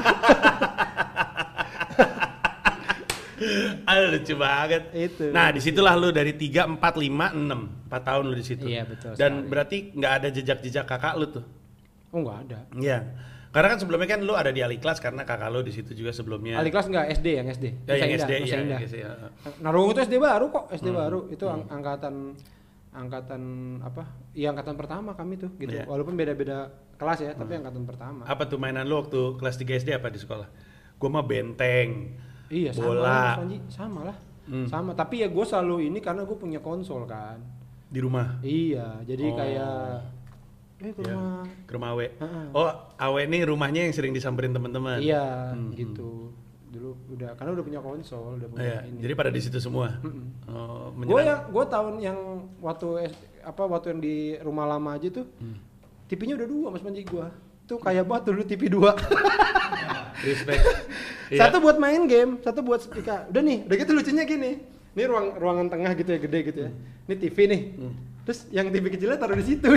Aduh lucu banget. Itu. Nah disitulah lu dari tiga, empat, lima, enam empat tahun lu di situ. Iya, betul Dan sekali. berarti nggak ada jejak-jejak kakak lu tuh. Oh enggak ada. Iya. Karena kan sebelumnya kan lu ada di Aliklas karena kakak lu di situ juga sebelumnya. Ali kelas enggak S D yang S D. Ya, yang Nusa S D, Indah, Nusa iya, Indah. yang S D, ya. Narogong itu S D baru kok, S D Hmm. baru. Itu ang- angkatan angkatan apa? Iya angkatan pertama kami tuh gitu. Iya. Walaupun beda-beda kelas ya, tapi angkatan pertama. Apa tuh mainan lu waktu kelas tiga S D apa di sekolah? Gua mah benteng. Iya, sama bola. lah, Mas Panji. Sama lah. Hmm. Sama, tapi ya gue selalu ini karena gue punya konsol kan. Di rumah. Iya, jadi Oh. kayak eh ke Ya, rumah. ke rumah Awe. Heeh. Oh, Awe ini rumahnya yang sering disamperin teman-teman. Iya, Hmm. gitu. Dulu udah karena udah punya konsol, udah punya Iya, ini. jadi pada di situ semua. Mm-mm. Oh, Gue menyenang- ya, gue tahun yang waktu S- apa waktu yang di rumah lama aja tuh, Hmm. T V-nya udah dua Mas Panji gue. Tuh kayak banget dulu T V dua. Respect. Iya. Satu buat main game, satu buat speaker. Udah nih, udah gitu lucunya gini. Ini ruang ruangan tengah gitu ya, gede gitu ya. Ini T V nih. Hmm. Terus yang T V kecilnya taruh di situ.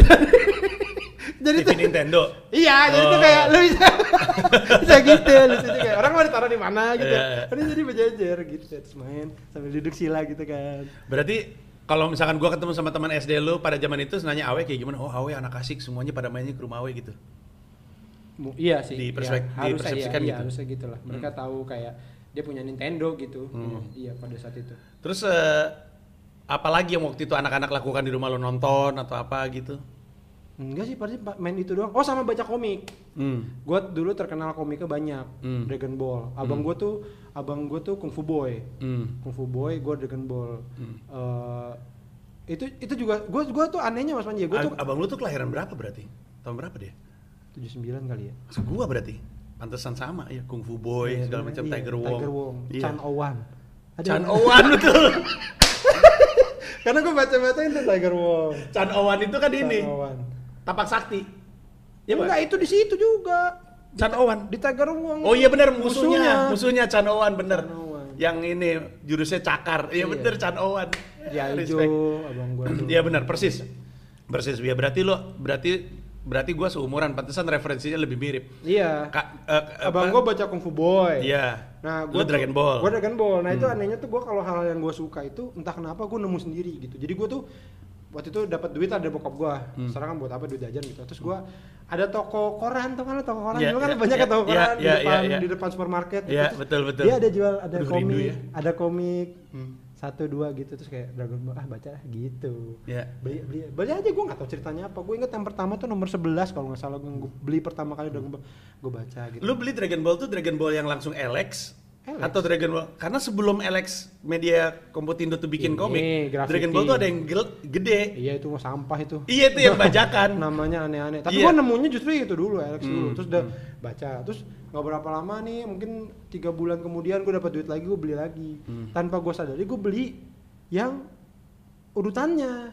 Jadi T V Nintendo. Iya, jadi tuh Oh. kayak lu bisa, bisa gitu, lucunya kayak orang mau ditaruh di mana gitu. Iya, iya. Ini jadi berjejer gitu, terus main sambil duduk sila gitu kan. Berarti kalau misalkan gua ketemu sama teman S D lu pada zaman itu nanya Awe kayak gimana? Oh, Awe anak asik, semuanya pada mainnya ke rumah Awe gitu. Mu- Iya sih. Di iya, perspek- harusnya dipersepsikan iya, gitu. Iya, harusnya gitu lah. Mereka tahu kayak dia punya Nintendo gitu. Hmm. Iya, pada saat itu. Terus eh, apalagi yang waktu itu anak-anak lakukan di rumah lu nonton atau apa gitu? Enggak sih, pasti pa- main itu doang. Oh, sama baca komik. Hmm. Gua dulu terkenal komiknya banyak. Hmm. Dragon Ball. Abang gua tuh, abang gua tuh Kung Fu Boy. Hmm. Kung Fu Boy, gua Dragon Ball. Hmm. Eh, itu itu juga gua gua tuh anehnya Mas Panji. Gua tuh Ab- Abang lu tuh kelahiran berapa berarti? Tahun berapa dia? tujuh puluh sembilan kali ya. Masuk gua berarti. Pantesan sama ya, Kung Fu Boy Iya, segala bener, macam, iya, Tiger Wong. Tiger Wong, Iya. Chan Owan. Ada Chan yang- Owan betul. Karena gua baca-bacain tuh Tiger Wong. Chan Owan itu kan ini. Chan Owan. Tapak Sakti. Ya, Pak? Enggak, itu di situ juga. Chan Owan. Di Tiger Wong. Oh iya benar musuhnya, musuhnya Chan Owan bener. Chan Owan. Yang ini jurusnya cakar. Iya Iya. bener Chan Owan. Ya Respect. hijau, abang gua tuh. Iya benar persis. Persis. Ya berarti lo berarti berarti gua seumuran, pantesan referensinya lebih mirip. Iya. Kak, eh, Abang apa? gua baca Kung Fu Boy. Iya. Nah, Lu gua tuh- Dragon Ball. Gua Dragon Ball. Nah, itu Hmm. anehnya tuh gua kalau hal yang gua suka itu entah kenapa gua nemu sendiri gitu. Jadi gua tuh waktu itu dapat duit lah dari bokap gua. Hmm. Sekarang kan buat apa duit jajan gitu. Terus gua ada toko koran, tuh kan toko koran. Iya, Dulu kan iya, banyak iya, kan toko iya, koran di iya, depan iya, iya. di depan supermarket gitu. Iya, Terus betul, betul. Dia ada jual ada Aduh, komik, rindu ya. ada komik Hmm. satu dua gitu terus kayak Dragon Ball ah baca ah gitu. Iya. Beli beli beli aja gua nggak tahu ceritanya apa. Gue inget yang pertama tuh nomor sebelas kalau nggak salah gua beli pertama kali Dragon Ball. Gue baca gitu. Lu beli Dragon Ball tuh Dragon Ball yang langsung L X L X. atau Dragon Ball karena sebelum L X Media Komputindo tuh bikin Ini, komik, Graffiti. Dragon Ball tuh ada yang gel- gede. Iya itu mah sampah itu. Iya itu yang bajakan. Namanya aneh-aneh. Tapi Iya. gua nemunya justru itu dulu Alex dulu. Hmm, Terus udah baca. Terus nggak berapa lama nih, mungkin tiga bulan kemudian gua dapat duit lagi, gua beli lagi. Hmm. Tanpa gua sadari gua beli yang urutannya.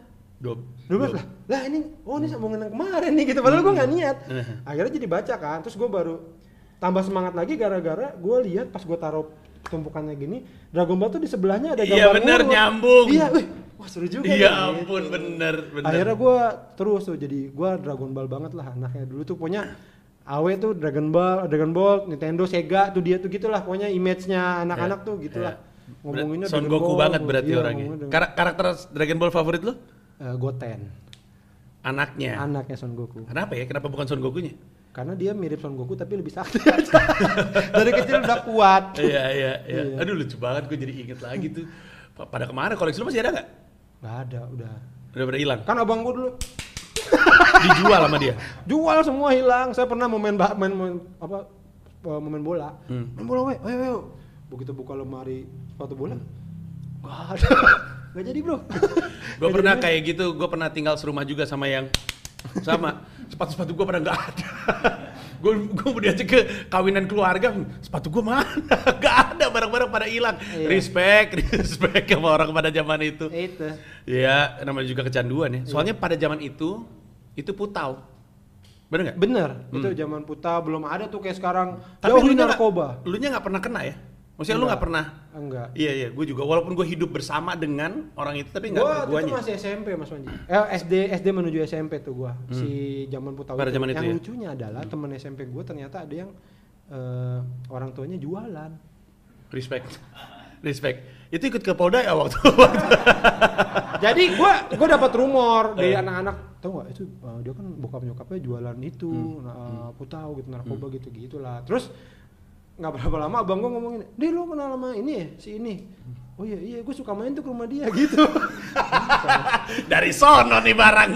Dua, dua belas lah. Lah ini, oh ini sambungan yang kemarin nih gitu. Padahal gue nggak niat. Akhirnya jadi baca kan. Terus gue baru tambah semangat lagi gara-gara gue lihat pas gue taruh tumpukannya gini, Dragon Ball tuh di sebelahnya ada gambar. Iya bener, urut. nyambung. Iya, wih, wah seru juga. Iya nih, ampun, gitu. bener, bener. Akhirnya gue terus tuh jadi gue Dragon Ball banget lah anaknya. Dulu tuh punya A W tuh Dragon Ball, Dragon Ball, Nintendo, Sega tuh dia tuh gitulah. Pokoknya image-nya anak-anak ya, tuh gitulah. Ya. Ngomonginnya Son Dragon Goku Ball, banget berarti iya, orangnya. ngomongnya Kar- karakter Dragon Ball favorit lu? Uh, Goten. Anaknya. Anaknya Son Goku. Kenapa ya? Kenapa bukan Son Gokunya? Karena dia mirip Son Goku tapi lebih sakti aja. Dari kecil udah kuat. Iya, iya, iya. Iya. Aduh lucu banget, gue jadi inget lagi tuh. Pa- Pada kemarin koleksi lu masih ada nggak? Nggak ada, udah. Udah pada hilang. Kan abang gua dulu Dijual sama dia. jual semua hilang. Saya pernah mau main ba- main, main apa uh, mau main bola. Hmm. Main bola weh, ayo ayo. Begitu buka lemari sepatu bola, nggak ada. Nggak jadi bro. Gue pernah kayak gitu, gue pernah tinggal serumah juga sama yang sama sepatu-sepatu gue pada nggak ada. Gue gue mau diajak ke kawinan keluarga, sepatu gue mana? Nggak ada, barang-barang pada hilang. Iya. Respect, respect sama orang pada zaman itu. Itu. Iya, namanya juga kecanduan ya. Soalnya pada zaman itu itu putau, bener nggak? Bener, Hmm. itu zaman puta belum ada tuh kayak sekarang. Tapi Jauhin lu nya narkoba. nggak- lu nya nggak pernah kena ya? Maksudnya lu nggak pernah? Enggak. Iya iya, gue juga. Walaupun gue hidup bersama dengan orang itu, tapi nggak Gua itu guanya. masih S M P Mas Panji. Eh S D S D menuju S M P tuh gua. Hmm. Si zaman puta Pada itu. zaman itu Yang ya? lucunya adalah temen S M P gua ternyata ada yang eh, orang tuanya jualan. Respect, respect. Itu ikut ke Polda ya waktu waktu. Jadi gua gua dapat rumor dari anak-anak, tau nggak itu uh, dia kan bokap nyokapnya jualan itu, Hmm. nah, uh, putau gitu narkoba gitu gitulah. Terus nggak berapa lama abang gua ngomongin, "Deh lu kenal sama ini ya, si ini." Oh iya iya, gue suka main tuh ke rumah dia gitu. Dari sono nih barang.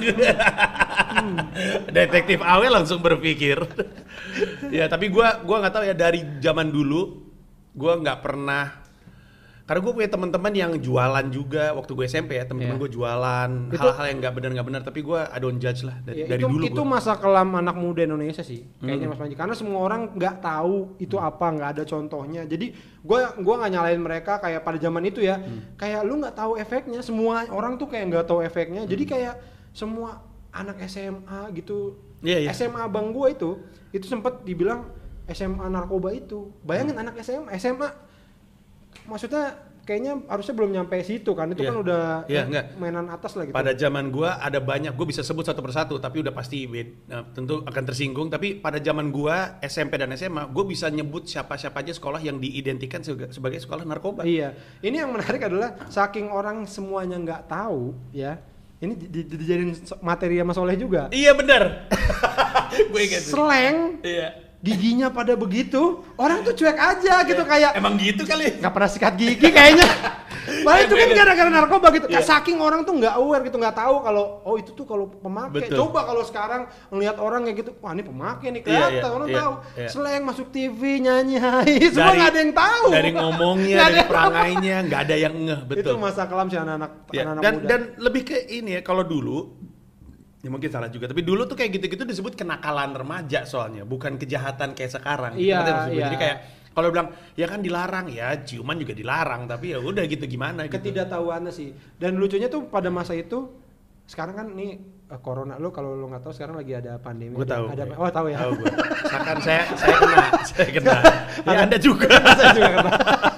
Detektif Awe langsung berpikir. Ya tapi gua gua nggak tahu ya, dari zaman dulu gua nggak pernah. Karena gue punya teman-teman yang jualan juga waktu gue S M P ya, teman-teman Iya. gue jualan Itu- hal-hal yang nggak benar nggak benar, tapi gue I don't judge lah dari, Ya, dari itu, dulu. itu gua. masa kelam anak muda Indonesia sih kayaknya Hmm. Mas Panji, karena semua orang nggak tahu itu apa, nggak ada contohnya. Jadi gue gua nggak nyalain mereka kayak pada zaman itu ya, Hmm. kayak lu nggak tahu efeknya, semua orang tuh kayak nggak tahu efeknya. Jadi Hmm. kayak semua anak S M A gitu, Iya, iya. S M A bang gue itu itu sempat dibilang S M A narkoba itu. Bayangin Hmm. anak S M A S M A maksudnya kayaknya harusnya belum nyampe situ kan, itu Iya. kan udah Iya, ya, enggak. mainan atas lah gitu. Pada zaman gua ada banyak, gua bisa sebut satu persatu, tapi udah pasti bed- nah, tentu akan tersinggung. Tapi pada zaman gua S M P dan S M A, gua bisa nyebut siapa-siapa aja sekolah yang diidentikan sega- sebagai sekolah narkoba. Iya, ini yang menarik adalah saking orang semuanya nggak tahu ya, ini di- di- dijadiin so- materi sama Soleh juga. Iya benar. Gue ingat. tuh. Slang, Iya. giginya pada begitu, orang tuh cuek aja gitu kayak Emang gitu kali. nggak pernah sikat gigi kayaknya. Padahal itu kan gara-gara narkoba gitu. Iya. Saking orang tuh nggak aware gitu, nggak tahu kalau oh itu tuh kalau pemakai. Betul. Coba kalau sekarang ngelihat orang kayak gitu, wah ini pemakai nih, Iya, kelihatan iya, orang iya, tahu. iya. Slang masuk T V nyanyi, hai, semua nggak ada yang tahu. Dari ngomongnya, Nggak ada dari yang perangainya, nggak ada yang ngeh, betul. Itu masa kelam sih anak-anak Ya, anak-anak dan muda. dan lebih ke ini ya, kalau dulu ya mungkin salah juga, tapi dulu tuh kayak gitu-gitu disebut kenakalan remaja soalnya, bukan kejahatan kayak sekarang. Iya, Ngerti maksud gue? iya. Jadi kayak kalau bilang ya kan dilarang, ya ciuman juga dilarang, tapi ya udah gitu gimana gitu. Ketidaktahuannya sih. Dan lucunya tuh pada masa itu, sekarang kan nih eh, corona, lo kalau lo nggak tahu sekarang lagi ada pandemi. Gue ada- tahu. Ada, ya. oh tahu ya. Tahu gue. Misalkan saya saya kena, saya kena. Ya Anda juga. Saya juga kena.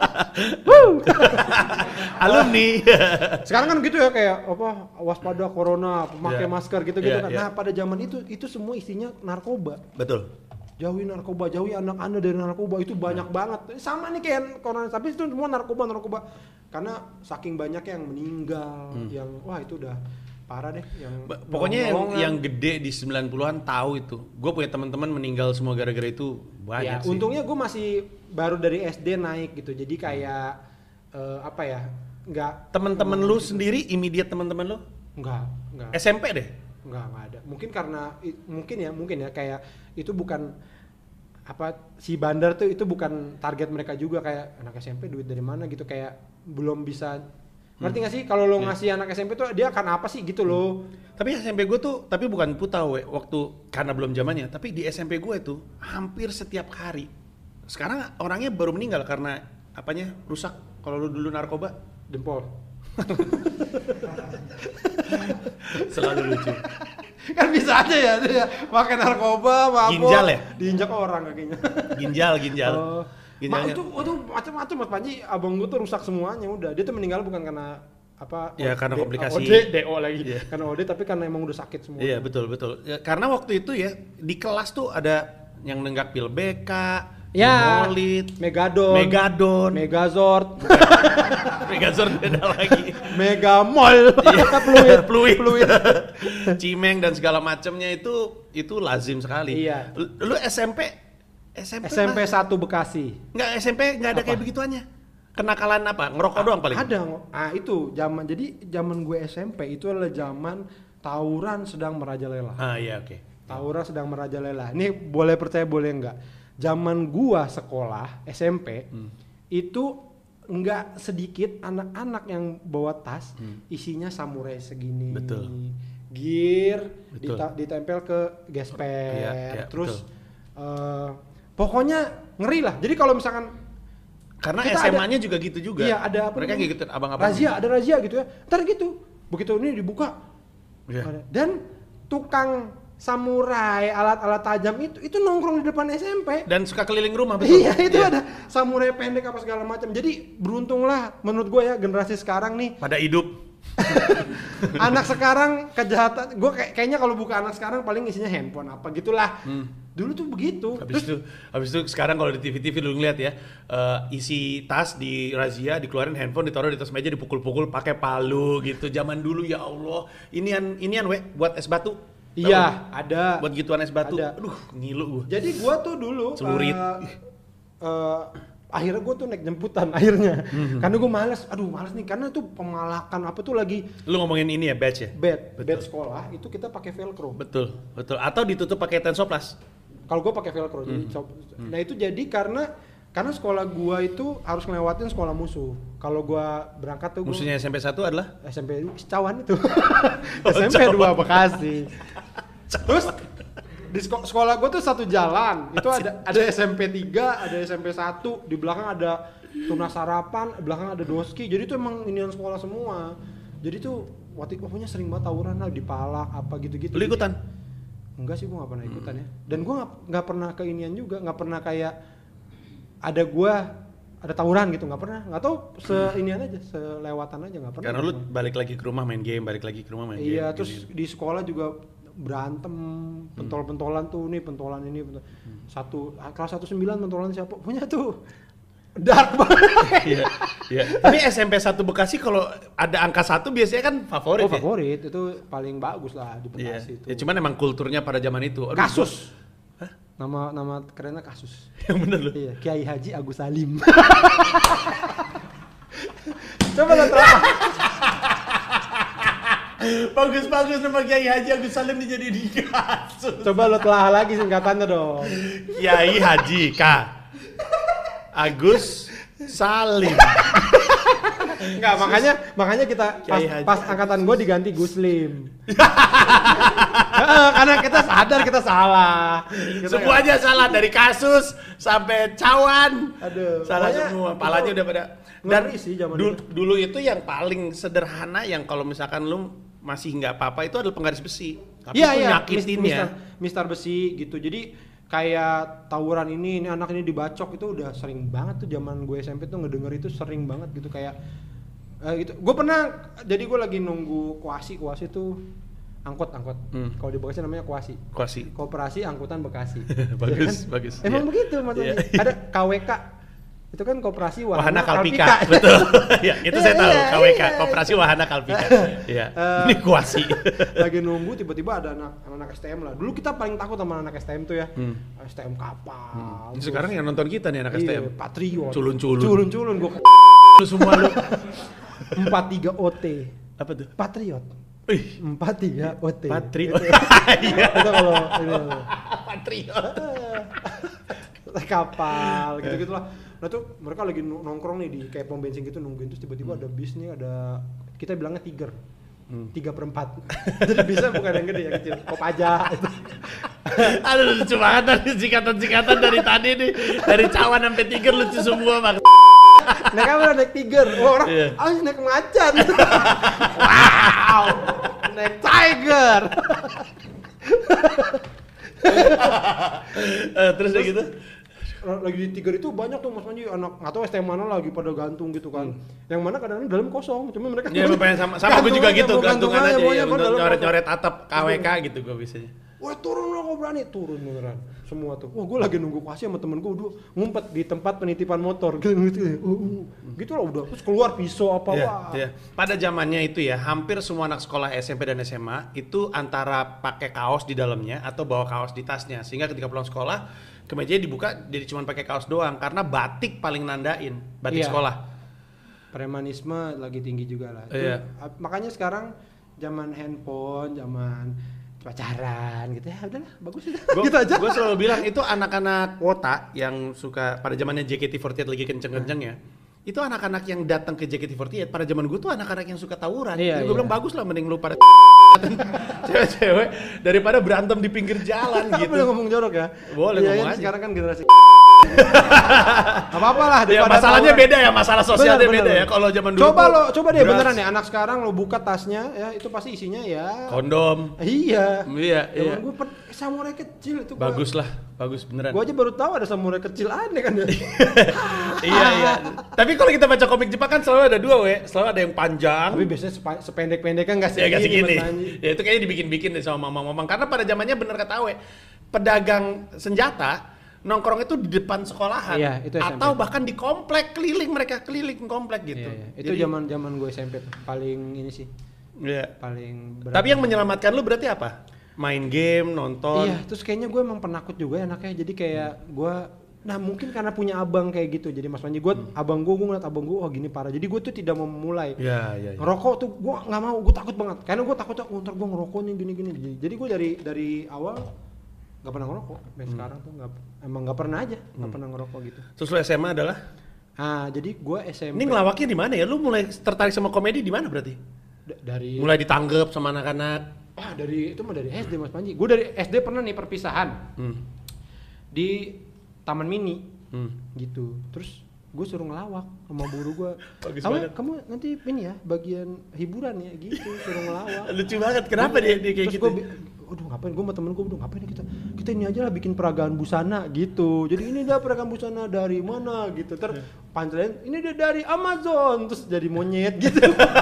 Alumni. Sekarang kan gitu ya, kayak apa waspada corona, pakai Iya. masker gitu-gitu Iya, kan. iya. Nah pada zaman itu itu semua isinya narkoba. Betul. Jauhi narkoba, jauhi anak anda dari narkoba, itu banyak banget. Sama nih kayak corona, tapi itu semua narkoba narkoba. Karena saking banyak yang meninggal, yang wah itu udah parah deh. Yang Ba- Pokoknya yang, nolongan. yang gede di sembilan puluhan tahu itu. Gue punya teman-teman meninggal semua gara-gara itu banyak Ya, sih. untungnya gue masih baru dari S D naik gitu, jadi kayak eh, apa ya, nggak Teman-teman lu sendiri, immediate teman-teman lu nggak nggak S M P deh. nggak nggak ada. Mungkin karena i- mungkin ya mungkin ya kayak itu bukan apa si bandar tuh, itu bukan target mereka juga, kayak anak S M P duit dari mana gitu, kayak belum bisa ngerti nggak sih kalau lo Iya. ngasih anak S M P tuh dia akan apa sih gitu loh. Tapi S M P gue tuh, tapi bukan putau we, waktu karena belum zamannya. Tapi di S M P gue itu hampir setiap hari. Sekarang orangnya baru meninggal karena apanya rusak. Kalau lu dulu narkoba, Jempol. Selalu lucu. Kan bisa aja ya dia pakai narkoba, mabok, Ginjal ya? diinjak orang kakinya. Ginjal, ginjal. Oh. Ma, Ginjalnya. itu itu macam-macam Mas Panji, abang gua tuh rusak semuanya udah. Dia tuh meninggal bukan karena apa? Ya, karena D- komplikasi. O D, D O lagi. Iya. Karena O D tapi karena emang udah sakit semua. Iya, betul, betul. Ya, karena waktu itu ya di kelas tuh ada yang nenggak pil B K, Ya. Molit, Megadon, Megadon, Megazord, Megazord beda lagi. Megamol, Iya. fluid, Fluid. fluid. Cimeng dan segala macamnya itu itu lazim sekali. Iya. Lu, lu S M P S M P, S M P mah- satu Bekasi. Nggak, S M P nggak ada Apa? kayak begituannya. Kenakalan apa? Ngerokok doang paling. Ada. Ah itu zaman jadi zaman gue S M P itu adalah zaman tawuran sedang merajalela. Ah iya, oke. Tawuran sedang merajalela. Ini boleh percaya boleh enggak. Zaman gua sekolah S M P Hmm. itu enggak sedikit anak-anak yang bawa tas Hmm. isinya samurai segini. Betul. Gear Betul. dita- ditempel ke gesper. Iya, iya, Terus betul. eh, pokoknya ngeri lah. Jadi kalau misalkan Karena kita S M A-nya juga gitu juga. Iya, ada apa Mereka namanya? kayak gitu, abang-abang. razia, ada razia gitu ya. Ntar gitu. Begitu ini dibuka. Iya. Ada. Dan tukang samurai alat-alat tajam itu itu nongkrong di depan S M P. Dan suka keliling rumah, betul. Iya, itu ada samurai pendek apa segala macam. Jadi beruntunglah menurut gue ya generasi sekarang nih. Pada hidup. Anak sekarang kejahatan, gue kayak kayaknya kalau buka anak sekarang paling isinya handphone apa gitulah. Hmm. Dulu tuh begitu. Habis itu, habis itu sekarang kalau di T V T V lu ngeliat ya, eh, isi tas di razia, dikeluarin handphone, ditaruh di atas meja, dipukul-pukul pakai palu gitu. Zaman dulu ya Allah, inian inian we buat es batu. Tahu Iya, nggak? ada. Buat gituan es batu. Ada. Aduh, ngilu gua. Jadi gua tuh dulu Celurit. eh, eh, akhirnya gua tuh naik jemputan akhirnya. Karena gua males, aduh males nih karena tuh pemalakan apa tuh lagi Lu ngomongin ini ya, badge ya? bed, Betul. bed sekolah itu kita pakai velcro. Betul, betul. Atau ditutup pakai tensoplas. Kalau gua pakai velcro jadi cop- Nah, itu jadi karena karena sekolah gua itu harus ngelewatin sekolah musuh. Kalau gua berangkat tuh gua Musuhnya S M P satu adalah S M P Cawan itu. Oh, S M P Cawan. dua Bekasi. Terus di seko- sekolah gue tuh satu jalan. Itu ada ada S M P tiga, ada S M P satu, di belakang ada tunas harapan, di belakang ada doski. Jadi itu emang inian sekolah semua. Jadi tuh waktu itu pokoknya sering banget tawuran lah di palak apa gitu-gitu. lu ikutan? Enggak sih, gua nggak pernah ikutan ya. Dan gua nggak nggak pernah ke inian juga, nggak pernah kayak ada gua ada tawuran gitu, nggak pernah. Nggak tahu seinian aja, selewatan aja nggak pernah. Karena lu balik lagi ke rumah main game, balik lagi ke rumah main game. Iya, terus gini. di sekolah juga berantem, pentol-pentolan tuh nih, pentolan ini, pentol. Satu kelas satu sembilan pentolan siapa? Punya tuh dark banget. Iya, iya. Tapi S M P satu Bekasi kalau ada angka satu biasanya kan favorit Oh, ya? favorit itu paling bagus lah di Iya. Bekasi itu. Ya cuman emang kulturnya pada zaman itu. Aduh, Kasus. Hah? Nama nama kerennya Kasus. Yang bener loh. Iya, Kiai Haji Agus Salim. Coba lo terang. Bagus-bagus nama Kiai Haji Agus Salim dijadi di kasus. Coba lo telah lagi singkatannya dong. Kiai Haji K. Agus Salim. Enggak, makanya makanya kita pas, Kiai Haji pas angkatan gue diganti Guslim. Heeh, karena kita sadar kita salah. Kita Semuanya salah dari kasus sampai cawan. Aduh, Salah pokoknya semua. itu Palanya udah pada. Dan ngeri sih zaman dulu, itu. dulu itu yang paling sederhana yang kalau misalkan lu masih nggak apa-apa itu adalah penggaris besi. Tapi Iya itu iya, nyakitin mis- ya. Mister, Mister Besi gitu. Jadi kayak tawuran ini, ini anak ini dibacok itu udah sering banget tuh zaman gue S M P tuh ngedenger itu sering banget gitu kayak eh, gitu. Gue pernah jadi gue lagi nunggu kuasi, kuasi tuh angkot angkot. Hmm. Kalau di Bekasi namanya kuasi. Kuasi. Koperasi Angkutan Bekasi. Bagus, Ya kan? bagus. Emang Iya. begitu maksudnya. Iya. Ada K W K. Itu kan Koperasi Wahana Wahana, Kalpika, betul. Ya, itu saya Iya, tahu. iya, K W K, iya. Koperasi Wahana Kalpika. Iya. Eh, Ini kuasi. Lagi nunggu tiba-tiba ada anak anak S T M lah. Dulu kita paling takut sama anak S T M tuh ya. Hmm. S T M kapal. terus- Sekarang yang nonton kita nih anak S T M. Iya, Patriot. Culun-culun. Culun-culun gua Lu semua lu. empat tiga O T. Apa tuh? Patriot. Wih, empat tiga O T. Patriot. Itu, Iya. itu kalau ini Patriot. kapal gitu-gitu lah. Nah tuh mereka lagi nongkrong nih di kayak pom bensin gitu nungguin, terus tiba-tiba ada bis nih, ada kita bilangnya tiger. Tiga perempat. Jadi bisa bukan yang gede, yang kecil. Kop aja. Aduh, lucu banget dari singkatan-singkatan dari tadi nih. Dari cawan sampai tiger lucu semua, Bang. Naik apa naik tiger? Wah orang, Iya. ah naik macan. Wow, naik tiger. Tiger. uh, terus udah gitu lagi di Tiger itu banyak tuh Mas Panji anak nggak tahu S T M mana lagi pada gantung gitu kan. Hmm. Yang mana kadang-kadang dalam kosong, cuma mereka ya pengen sama sama gue juga gitu, gantungan aja, aja ya, untuk nyoret-nyoret atap K W K gitu gue biasanya. Wah turun lo kok berani, turun beneran semua tuh. Wah gue lagi nunggu kasih sama temen gue udah ngumpet di tempat penitipan motor gitu gitu. Uh, uh. Gitu lah udah, terus keluar pisau apa yeah, wah. Yeah. Pada zamannya itu ya, hampir semua anak sekolah S M P dan S M A itu antara pakai kaos di dalamnya atau bawa kaos di tasnya, sehingga ketika pulang sekolah kemejanya dibuka jadi cuma pakai kaos doang karena batik paling nandain batik yeah. sekolah. Premanisme lagi tinggi juga lah. Yeah. Itu, makanya sekarang zaman handphone, zaman pacaran gitu ya udahlah bagus udah gua, gitu aja. Gue selalu bilang itu anak-anak wota yang suka pada zamannya J K T empat delapan lagi kenceng-kenceng ya. Itu anak-anak yang datang ke J K T empat delapan pada zaman gue tuh anak-anak yang suka tawuran. Iya, gue iya. bilang bagus lah mending lu pada cewek-cewek daripada berantem di pinggir jalan gitu. Boleh ngomong jorok ya? Boleh ya, ngomong ya, aja. Sekarang kan generasi apa-apa lah ya, masalahnya tawuran. Beda ya, masalah sosialnya bener, beda bener. Ya. Kalau zaman dulu coba lo, coba deh beneran ya anak sekarang lo buka tasnya ya itu pasti isinya ya kondom. Iya. Iya, iya. Gue per- samurai kecil itu. Bagus gua, lah, bagus beneran. Gue aja baru tahu ada samurai kecil aneh kan ya. Iya, iya. Tapi kalau kita baca komik Jepang kan selalu ada dua, we. Selalu ada yang panjang. Tapi biasanya sepa- sependek-pendeknya enggak segini. Ya, segini. segini. Ya itu kayaknya dibikin-bikin deh sama mamang-mamang karena pada zamannya bener kata we. Pedagang senjata nongkrong itu di depan sekolahan iya, itu atau bahkan di komplek keliling mereka keliling komplek gitu. Iya, iya. Itu zaman zaman gue S M P tuh paling ini sih. Iya. Paling berat. Tapi yang menyelamatkan lu berarti apa? Main game, nonton. Iya, terus kayaknya gue emang penakut juga anaknya. Jadi kayak gue nah mungkin karena punya abang kayak gitu. Jadi Mas Panji gue hmm. abang gue gue ngeliat abang gue oh gini parah. Jadi gue tuh tidak mau memulai. Iya, iya, iya. Ngerokok tuh gue nggak mau, gue takut banget. Karena gue takut oh, ntar gue ngerokok nih gini-gini. Jadi gue dari dari awal nggak pernah ngerokok. Sampai hmm. sekarang tuh nggak emang nggak pernah aja nggak hmm. pernah ngerokok gitu. Terus lu S M A adalah? Ah jadi gue S M P. Ini ngelawaknya di mana ya? Lu mulai tertarik sama komedi di mana berarti? D- dari mulai ditanggep sama anak-anak. Ah dari itu mah dari S D Mas Panji. Gue dari S D pernah nih perpisahan hmm. di Taman Mini hmm. gitu. Terus gue suruh ngelawak sama guru gue. kamu, kamu nanti ini ya bagian hiburan ya gitu suruh ngelawak. Lucu banget. Kenapa dia, dia kayak terus gitu? Gua, aduh ngapain gue sama temen gue, ngapain kita kita ini aja lah bikin peragaan busana gitu. Jadi ini dia peragaan busana dari mana gitu. Terus punchline ini dia dari Amazon terus jadi monyet gitu.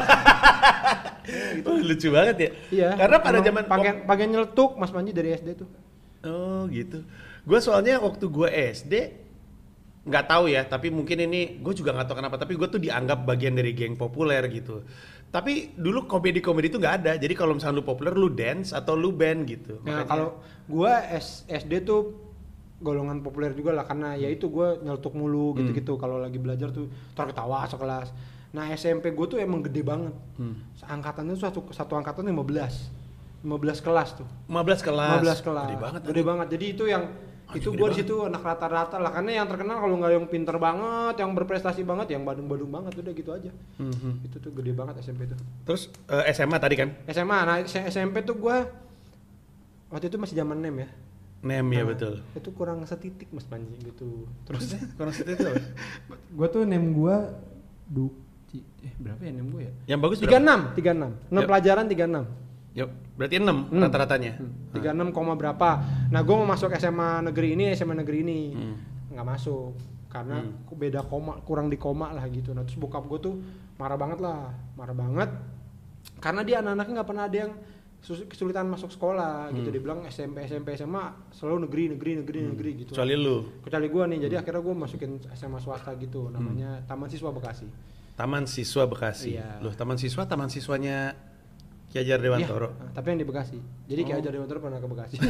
Gitu. Oh, lucu banget ya. Iya. Karena pada zaman pakai pakai nyeletuk Mas Panji dari S D tuh. Oh gitu. Gue soalnya waktu gue S D nggak tahu ya, tapi mungkin ini gue juga nggak tahu kenapa. Tapi gue tuh dianggap bagian dari geng populer gitu. Tapi dulu komedi-komedi itu nggak ada. Jadi kalau misalnya lu populer, lu dance atau lu band gitu. Nah kalau gue S D tuh golongan populer juga lah karena ya itu gue nyeletuk mulu gitu-gitu. Hmm. Kalau lagi belajar tuh tar ketawa sekelas. Nah S M P gue tuh emang gede banget. Hmm. Angkatannya tuh satu satu angkatan lima belas kelas tuh. lima belas kelas. lima belas kelas. Gede banget. Gede banget. Jadi itu yang oh, itu gue di situ anak rata-rata lah karena yang terkenal kalau nggak yang pinter banget, yang berprestasi banget, yang badung-badung banget udah gitu aja. Hmm. Itu tuh gede banget S M P tuh. Terus uh, S M A tadi kan? S M A. Nah S M P tuh gue waktu itu masih zaman nem ya. Nem ya nah, betul. Itu kurang setitik Mas Panji gitu. Terus kurang setitik apa? Gue tuh nem gue du eh berapa ya nem gue ya? Yang bagus tiga puluh enam, tiga puluh enam. enam yep. pelajaran tiga puluh enam. Yuk, berarti enam hmm. rata-ratanya. Hmm. tiga puluh enam, hmm. berapa? Nah, gue mau masuk S M A negeri ini, S M A negeri ini. Hmm. Nggak masuk karena hmm. beda koma, kurang di koma lah gitu. Nah, terus bokap gue tuh marah banget lah, marah banget. Karena dia anak-anaknya nggak pernah ada yang kesulitan masuk sekolah gitu. Hmm. Dia bilang S M P S M P S M A selalu negeri negeri negeri hmm. negeri gitu. Kecuali lu. Kecuali gue nih. Jadi hmm. akhirnya gue masukin S M A swasta gitu. Namanya hmm. Taman Siswa Bekasi. Taman Siswa Bekasi. Iya. Loh, Taman Siswa, Taman Siswanya Ki Hajar Dewantoro. Iya, tapi yang di Bekasi. Jadi oh. Ki Hajar Dewantoro pernah ke Bekasi.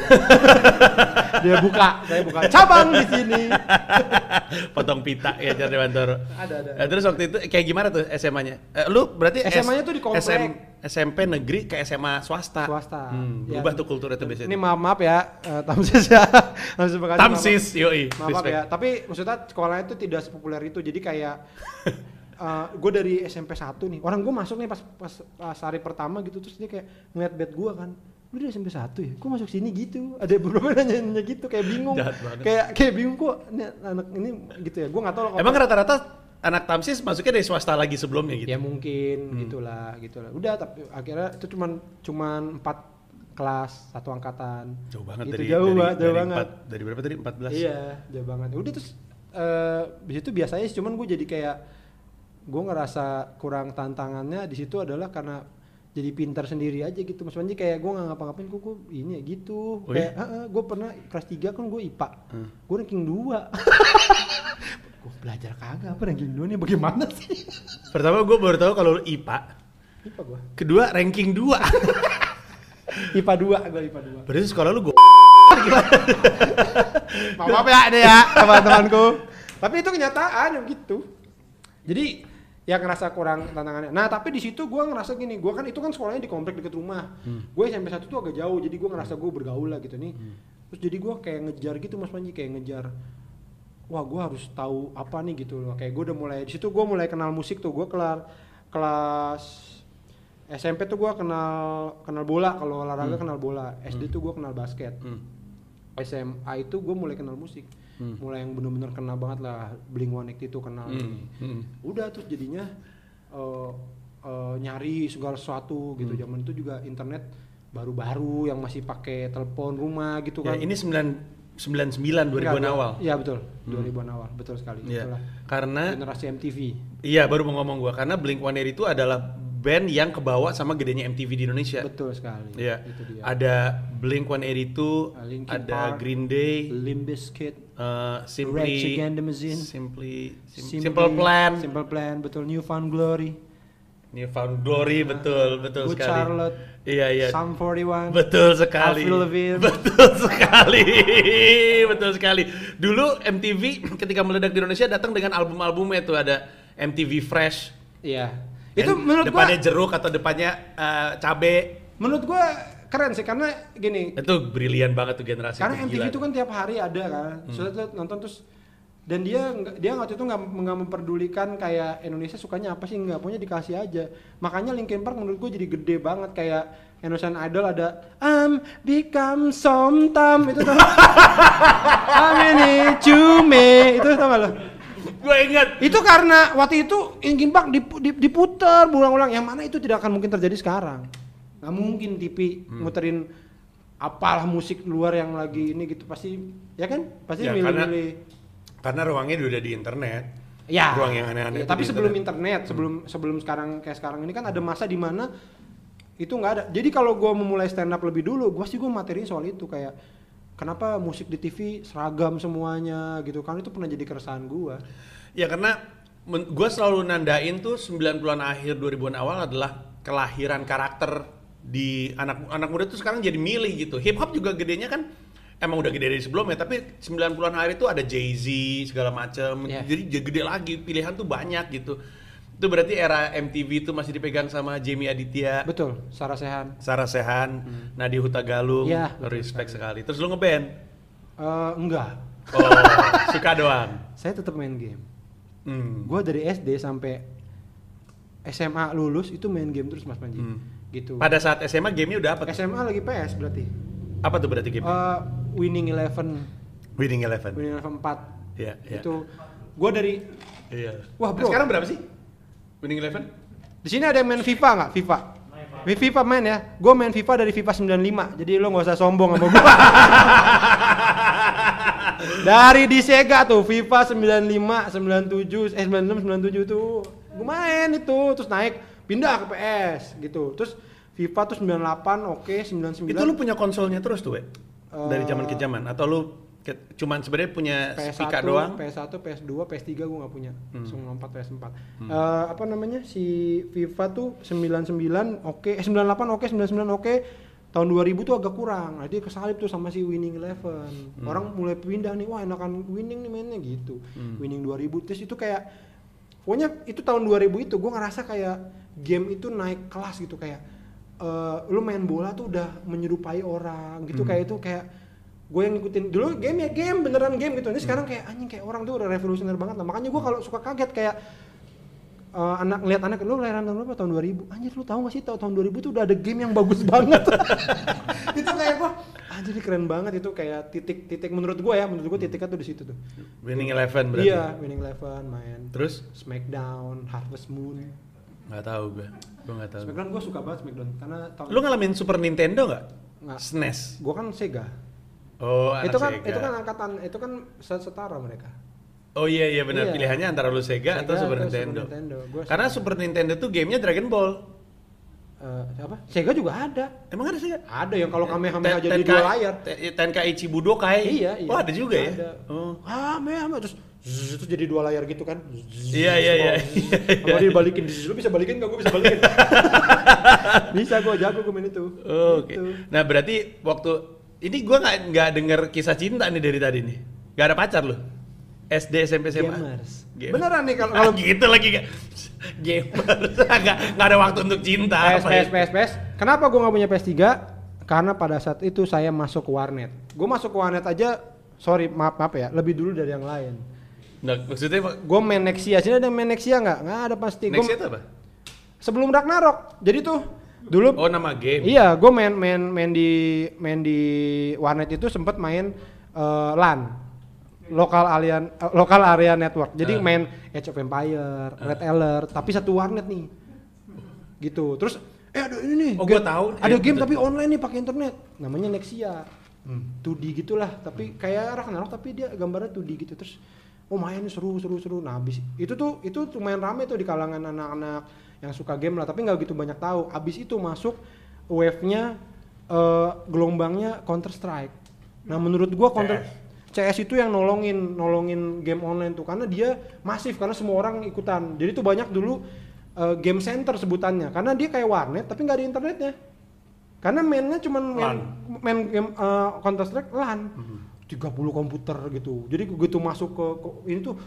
Dia buka, saya buka cabang di sini. Potong pita Ki Hajar Dewantoro. Ada, ada. Nah, terus waktu itu kayak gimana tuh S M A-nya? Eh, lu berarti S M A-nya tuh di komplek. S M, S M P negeri ke S M A swasta. Swasta. Hmm, ya, berubah tuh kultur itu biasanya. Ini maaf maaf ya, uh, Tamsis ya. Tamsis Bekasi. Tamsis, yoi. Maaf, maaf ya. Tapi maksudnya sekolahnya itu tidak sepopuler itu. Jadi kayak Uh, gue dari S M P satu nih, orang gue masuk nih pas, pas pas hari pertama gitu, terus dia kayak ngeliat bed gue kan, lu dari S M P satu ya, gue masuk sini gitu, ada beberapa nanya-nanya gitu, kayak bingung, kayak kayak bingung kok ini anak ini gitu ya, gue nggak tahu. Emang rata-rata anak Tamsis masuknya dari swasta lagi sebelumnya gitu? Ya mungkin, hmm. gitulah, gitulah. Udah, tapi akhirnya itu cuman cuman empat kelas, satu angkatan. Jauh banget gitu, dari jauh dari, banget, jauh dari banget. empat, dari berapa tadi? empat belas. Iya, jauh banget. Udah terus uh, di situ biasanya sih, cuman gue jadi kayak gue ngerasa kurang tantangannya di situ adalah karena jadi pintar sendiri aja gitu. Maksudnya kayak gue nggak ngapa-ngapain, kok gue ini gitu. Oh, kayak iya? uh, uh, gue pernah kelas tiga kan gue I P A, hmm. gue ranking dua. Gue belajar kagak apa ranking dua nih bagaimana sih? Pertama gue baru tahu kalau lu I P A. I P A gue. Kedua ranking dua. I P A dua, gue I P A dua. Berarti sekolah lu gue. Maaf ya deh ya teman-temanku. Tapi itu kenyataan gitu. Jadi ya ngerasa kurang tantangannya. Nah tapi di situ gue ngerasa gini, gue kan itu kan sekolahnya di komplek deket rumah. Hmm. Gue S M P satu tuh agak jauh, jadi gue ngerasa gue bergaul lah gitu nih. Hmm. Terus jadi gue kayak ngejar gitu Mas Panji, kayak ngejar. Wah gue harus tahu apa nih gitu loh. Kayak gue udah mulai di situ gue mulai kenal musik tuh. Gue kelar kelas S M P tuh gue kenal kenal bola, kalau olahraga hmm. kenal bola. S D hmm. tuh gue kenal basket. Hmm. S M A itu gue mulai kenal musik. Hmm. Mulai yang bener-bener kenal banget lah, Blink one eighty-two kenal. Hmm. Hmm. Udah terus jadinya uh, uh, nyari segala sesuatu gitu. Hmm. Zaman itu juga internet baru-baru yang masih pakai telepon rumah gitu kan. Ya, ini sembilan sembilan sembilan dua ribuan awal. Iya betul, hmm. dua ribuan awal, betul sekali. Ya. Karena generasi M T V. Iya, baru mau ngomong gua, karena Blink one eighty-two adalah band yang kebawa sama gedenya M T V di Indonesia. Betul sekali. Iya. Ada Blink one eighty-two, Linkin ada Park, Green Day, Limp Bizkit, uh, Simply, Rage Against the Machine, Simply, Sim, Simply, Simple Plan, Simple Plan, betul. New Found Glory, New Found Glory, nah, betul, betul Good sekali. Charlotte, iya iya. Sum forty-one, betul sekali. Avril Lavigne, betul sekali, betul sekali. Dulu M T V ketika meledak di Indonesia datang dengan album-albumnya tuh, ada M T V Fresh. Iya. Itu And menurut depannya gua, jeruk atau depannya uh, cabe. Menurut gua keren sih karena gini. Itu brilian banget tuh generasi. Karena itu M T V gila. itu kan tiap hari ada kan. Hmm. Sudah nonton terus, dan dia dia waktu itu nggak nggak memperdulikan kayak Indonesia sukanya apa sih, nggak, punya dikasih aja. Makanya Linkin Park menurut gua jadi gede banget, kayak Indonesian Idol ada I'm become sometime itu tuh. I'm in cume itu tau gak lo? Gue ingat itu karena waktu itu Linkin Park diputar berulang-ulang, yang mana itu tidak akan mungkin terjadi sekarang. Nggak mungkin T V hmm. muterin apalah musik luar yang lagi ini gitu, pasti ya kan pasti ya, milih-milih karena, karena ruangnya udah di internet ya, ruang yang aneh-aneh ya, tapi sebelum internet, internet hmm. sebelum sebelum sekarang kayak sekarang ini kan ada masa di mana itu nggak ada. Jadi kalau gue memulai stand up lebih dulu, gue sih gue materi soal itu, kayak kenapa musik di T V seragam semuanya gitu kan, itu pernah jadi keresahan gue. Ya karena men- gue selalu nandain tuh sembilan puluhan akhir dua ribuan awal adalah kelahiran karakter di anak anak muda tuh sekarang jadi milih gitu. Hip hop juga gedenya kan emang udah gede dari sebelumnya, tapi sembilan puluhan akhir itu ada Jay-Z segala macam. Yeah. Jadi gede lagi, pilihan tuh banyak gitu. Itu berarti era M T V itu masih dipegang sama Jamie Aditya. Betul, Sarah Sehan. Sarah Sehan, hmm. Nadya Hutagalung. Ya, respect sekali. Terus lu ngeband? Uh, enggak. Oh, suka doang. Saya tetap main game. Hmm. Gue dari S D sampai S M A lulus itu main game terus Mas Panji. Hmm. Gitu. Pada saat S M A gamenya udah apa? S M A lagi P S berarti. Apa tuh berarti game? Uh, Winning Eleven. Winning Eleven. Winning Eleven empat. Iya. Yeah, yeah. Itu gue dari. Iya. Wah bro. Nah, sekarang berapa sih? Winning Eleven? Di sini ada yang main FIFA nggak? FIFA. Main FIFA main ya. Gue main FIFA dari FIFA sembilan puluh lima. Jadi lo nggak usah sombong sama gue. Dari di Sega tuh FIFA sembilan puluh lima, sembilan puluh tujuh, eh sembilan puluh enam, sembilan puluh tujuh tuh gue main itu, terus naik pindah ke P S gitu. Terus FIFA tuh sembilan puluh delapan, oke, okay, sembilan puluh sembilan. Itu lu punya konsolnya terus tuh, we? Dari zaman ke zaman atau lu ke, cuman sebenarnya punya P S satu, Spika doang? P S satu, P S dua, P S tiga gue nggak punya. Hmm. Langsung lompat P S empat. Hmm. Uh, apa namanya si FIFA tuh sembilan puluh sembilan oke, okay. eh sembilan puluh delapan oke, okay, sembilan puluh sembilan oke. Okay. Tahun dua ribu tuh agak kurang. Nah, dia kesalip tuh sama si Winning Eleven. Hmm. Orang mulai pindah nih, wah enakan Winning nih mainnya gitu. Hmm. Winning dua ribu terus itu kayak pokoknya itu tahun dua ribu itu gue ngerasa kayak game itu naik kelas gitu, kayak uh, lu main bola tuh udah menyerupai orang gitu. Hmm. Kayak itu kayak gue yang ngikutin dulu game ya game beneran game gitu. Ini sekarang kayak anjing, kayak orang tuh udah revolusioner banget lah. Makanya gue kalau suka kaget kayak uh, anak ngeliat anak, lu lahiran tahun berapa? Tahun dua ribu. Anjir lu tahu gak sih tahun dua ribu tuh udah ada game yang bagus banget. Itu kayak gue anjir ini keren banget, itu kayak titik-titik menurut gue ya, menurut gue titiknya tuh di situ tuh. Winning Eleven berarti. Iya, Winning Eleven main. Terus Smackdown, Harvest Moon. Nggak tahu gue. Gue nggak tahu. Smackdown gue suka banget Smackdown karena tahun lu ngalamin Super Nintendo nggak? nggak. S N E S. Gua kan Sega. Oh, anak itu kan Sega. itu kan angkatan itu kan setara mereka. Oh iya iya benar, Iya. pilihannya antara lu Sega, Sega atau Super atau Nintendo. Super Nintendo. Gua Karena Sega. Super Nintendo tuh gamenya Dragon Ball. Uh, apa? Sega juga ada. Emang ada Sega? Ada yang kalau Kamehameha Ten- jadi Tenkai- dua layar. Te- Tenkaichi Budokai. Iya, iya. Oh, ada juga ya? Ada. Oh. Kamehameha terus zzz, terus jadi dua layar gitu kan. Zzz, Iya, iya, iya. Kalau dibalikin zzz, lu bisa balikin enggak? Gua bisa balikin. Bisa gua jago gua main itu. Oh, Oke. Gitu. Nah, berarti waktu ini gua nggak nggak denger kisah cinta nih dari tadi nih. Gak ada pacar lu? S D, S M P, S M A? Gamers. Gamers. Beneran nih kalau Kalau kalau gitu lagi gak? Gamers. Nggak nggak ada waktu untuk cinta. P S, apa P S, ya? P S, P S. Kenapa gue nggak punya P S tiga? Karena pada saat itu saya masuk ke warnet. Gue masuk ke warnet aja, sorry maaf maaf ya, lebih dulu dari yang lain. Nah, maksudnya Gue main Nexia, sini ada main Nexia nggak? Nggak ada pasti. Gua- next itu apa? Sebelum Ragnarok. Jadi tuh dulu. Oh, nama game. Iya, gue main main main di main di warnet itu sempet main eh, LAN. Lokal area uh, lokal area network. Jadi Uh. main Age of Empire, Red Alert, tapi satu warnet nih. Gitu. Terus eh ada ini nih. Oh, game- gua tahu. Ada Iya, game betul. tapi online nih pakai internet. Namanya Nexia. dua D gitulah, tapi kayak Ragnarok tapi dia gambarnya dua D gitu. Terus oh main seru seru seru. Nah, habis itu tuh itu lumayan rame tuh di kalangan anak-anak yang suka game lah, tapi nggak gitu banyak tahu. Abis itu masuk wave-nya eh, gelombangnya Counter Strike. Nah, menurut gua Counter C S itu yang nolongin nolongin game online tuh karena dia masif karena semua orang ikutan. Jadi tuh banyak dulu uh, game center sebutannya karena dia kayak warnet tapi nggak ada internetnya. Karena mainnya cuman main, main game uh, Counter Strike LAN. tiga puluh komputer gitu. Jadi begitu masuk ke, ke ini tuh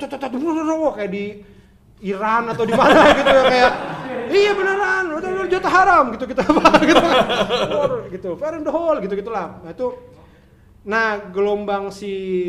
kayak di Iran atau di mana gitu ya kayak iya beneran udah jatah haram gitu kita gitu gitu fair in the hole gitu gitulah. Nah itu nah gelombang si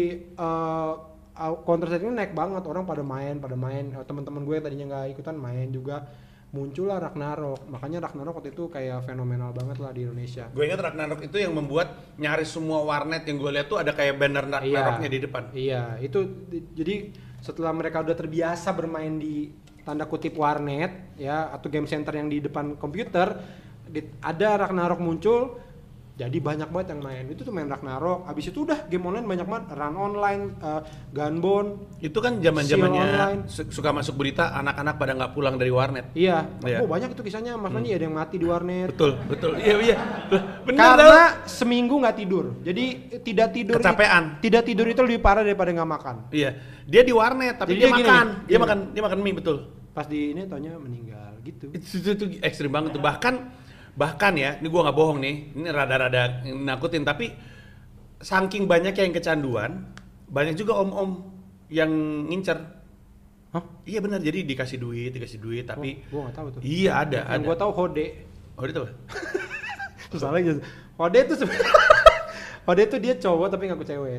uh, Counter Strike ini naik banget, orang pada main pada main uh, teman-teman gue yang tadinya nggak ikutan main juga, muncullah Ragnarok. Makanya Ragnarok waktu itu kayak fenomenal banget lah di Indonesia. Gue ingat Ragnarok itu yang membuat nyaris semua warnet yang gue lihat tuh ada kayak banner Ragnaroknya di depan. Iya, itu di- jadi setelah mereka udah terbiasa bermain di tanda kutip warnet ya atau game center yang di depan komputer, di- ada Ragnarok muncul, jadi banyak banget yang main. Itu tuh main Ragnarok. Abis itu udah game online banyak banget, Run Online, uh, Gunbone. Itu kan Seal Online. zaman-zamannya su- suka masuk berita anak-anak pada nggak pulang dari warnet. Iya, Iya. oh banyak itu kisahnya. Mas Panji ada yang mati di warnet. Betul, betul. Iya, iya. Lah, bener Karena tau. seminggu nggak tidur. Jadi eh, tidak tidur. Kecapean. Tidak tidur itu lebih parah daripada nggak makan. Iya. Dia di warnet tapi Jadi dia, dia gini makan. nih, Dia gini. makan dia makan mie, betul. Pas di ini taunya meninggal gitu. Itu, itu, itu ekstrim banget tuh. Bahkan bahkan ya, ini gua nggak bohong nih. Ini rada-rada nakutin tapi saking banyak yang kecanduan, banyak juga om-om yang ngincer. Hah? Iya benar, jadi dikasih duit, dikasih duit tapi Oh, gua nggak tahu tuh. iya ada, Yang ada. gua tahu Hode. Oh, itu apa? Soalnya gitu. Hode itu sebenarnya Hode itu dia cowok tapi ngaku cewek.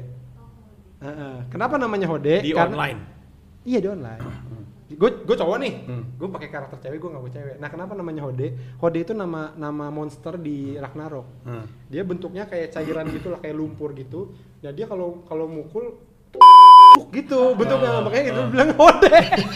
Heeh. Kenapa namanya Hode? Di Karena- online. Iya di online. Gue gue cowok nih. Hmm. Gue pakai karakter cewek, gue ngaku cewek. Nah kenapa namanya Hode? Hode itu nama nama monster di Ragnarok. Hmm. Dia bentuknya kayak cairan gitu lah, kayak lumpur gitu. Dan dia kalau kalau mukul gitu bentuknya, makanya gitu bilang Hode.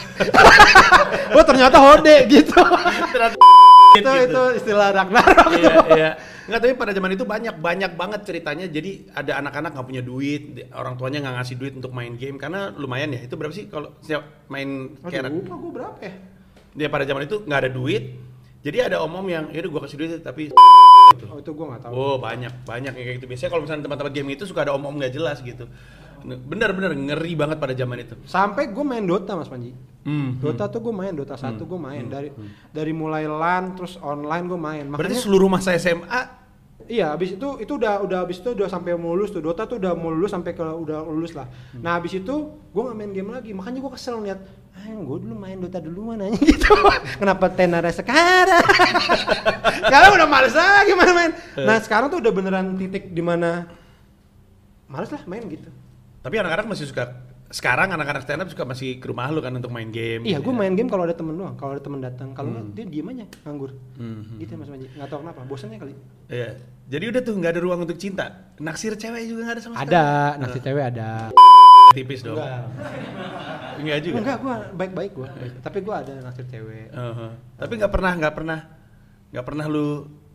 Oh ternyata Hode gitu. Ternyata itu itu istilah Ragnarok. Iya, iya. Nggak, tapi pada zaman itu banyak banyak banget ceritanya. Jadi ada anak-anak nggak punya duit, di- orang tuanya nggak ngasih duit untuk main game karena lumayan ya. Itu berapa sih kalau siap main Aduh, kayak lupa gue berapa ya? dia pada zaman itu nggak ada duit. Jadi ada om-om yang, yaudah gua kasih duit tapi Oh itu gue nggak tahu. oh banyak banyak yang kayak gitu. Biasanya kalau misalnya tempat-tempat game itu suka ada om-om nggak jelas gitu. Bener-bener ngeri banget pada zaman itu. Sampai gue main Dota Mas Panji. Hmm, Dota tuh gue main, Dota satu gue main dari dari mulai LAN terus online gue main. Berarti Makanya seluruh masa S M A. iya, habis itu itu udah udah habis itu udah sampai mau lulus tuh. Dota tuh udah mau lulus sampai ke udah lulus lah. Nah, habis itu gue nggak main game lagi. Makanya gue kesel lihat, ah gue dulu main Dota duluan aja gitu. Kenapa tenara sekarang? Sekarang udah males lagi main-main. Nah, sekarang tuh udah beneran titik di mana males lah main gitu. Tapi anak-anak masih suka. Sekarang anak-anak stand up suka masih ke rumah lu kan untuk main game. Iya, gitu gue ya. main game kalau ada temen doang. Kalau ada temen datang, kalau nggak Hmm. dia diem aja, nganggur. Hmm. Gitu ya, Mas Panji. Nggak tahu kenapa, bosannya kali. Iya. Jadi udah tuh nggak ada ruang untuk cinta. Naksir cewek juga nggak ada sama sekali. Ada, naksir cewek ada. Tipis dong. Enggak. Enggak juga. Enggak, gua baik-baik gua. Tapi gua ada naksir cewek. Uh-huh. Tapi nggak pernah nggak pernah nggak pernah lu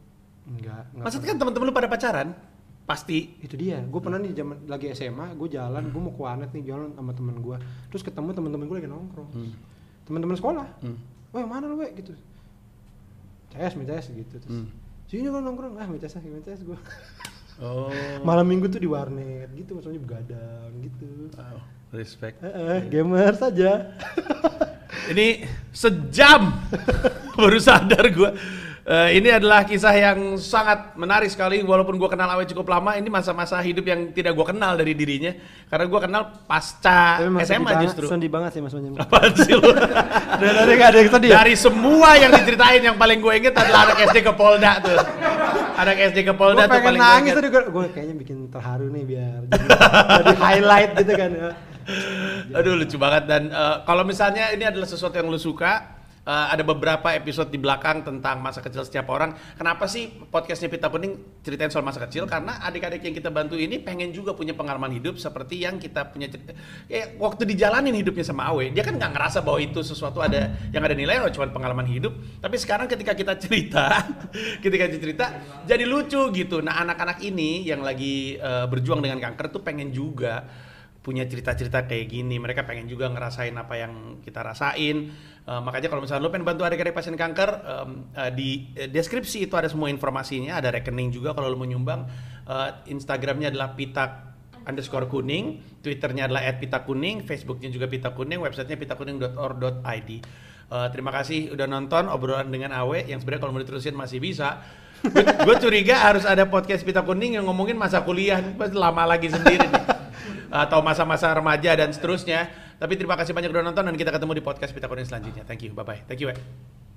Enggak. enggak Maksudnya kan teman-teman lu pada pacaran? Pasti. Itu dia. Gue pernah nih zaman lagi S M A, gue jalan, gue mau ke warnet nih jalan sama temen gue. Terus ketemu temen-temen gue lagi nongkrong. Hmm. Temen-temen sekolah. Hmm. Wah, yang mana lu, we? Gitu. C S, C S gitu. Terus hmm. sini kan nongkrong, ah, C S, C S gue. Oh. Malam minggu tuh di warnet gitu, maksudnya begadang gitu. Wow, respect. Eh, eh, gamer saja. Ini sejam baru sadar gue. Uh, ini adalah kisah yang sangat menarik sekali. Walaupun gue kenal Awe cukup lama, ini masa-masa hidup yang tidak gue kenal dari dirinya. Karena gue kenal pasca S M A justru. Sedih banget sih Mas Manjam. Apaan sih lu? Dari gak ada yang sedih. Dari semua yang diceritain, yang paling gue inget adalah anak S D ke Polda tuh. Anak S D ke Polda tuh paling gue inget. Gue pengen nangis tuh, gue kayaknya bikin terharu nih biar jadi, jadi highlight gitu kan. Aduh lucu banget. Dan uh, kalau misalnya ini adalah sesuatu yang lu suka, Uh, ada beberapa episode di belakang tentang masa kecil setiap orang. Kenapa sih podcastnya Pita Kuning ceritain soal masa kecil? Karena adik-adik yang kita bantu ini pengen juga punya pengalaman hidup seperti yang kita punya. Ya, waktu dijalanin hidupnya sama Awe, dia kan nggak ngerasa bahwa itu sesuatu ada yang ada nilai, oh, cuma pengalaman hidup. Tapi sekarang ketika kita cerita, ketika kita cerita, jadi lucu gitu. Nah, anak-anak ini yang lagi uh, berjuang dengan kanker tuh pengen juga punya cerita-cerita kayak gini. Mereka pengen juga ngerasain apa yang kita rasain. Uh, makanya kalau misalnya lo pengen bantu adik-adik pasien kanker, um, uh, di uh, deskripsi itu ada semua informasinya. Ada rekening juga kalau lo mau nyumbang. Uh, Instagramnya adalah pita underscore kuning, Twitternya adalah at pita kuning, Facebooknya juga pita kuning, websitenya pita kuning dot org dot i d. Uh, terima kasih udah nonton obrolan dengan Awe yang sebenarnya kalau mau diterusin masih bisa. Gue curiga harus ada podcast Pita Kuning yang ngomongin masa kuliah, lama lagi sendiri nih. Atau masa-masa remaja dan seterusnya. Tapi terima kasih banyak udah nonton dan kita ketemu di podcast Pita Kuning selanjutnya. Thank you, bye-bye. Thank you, we.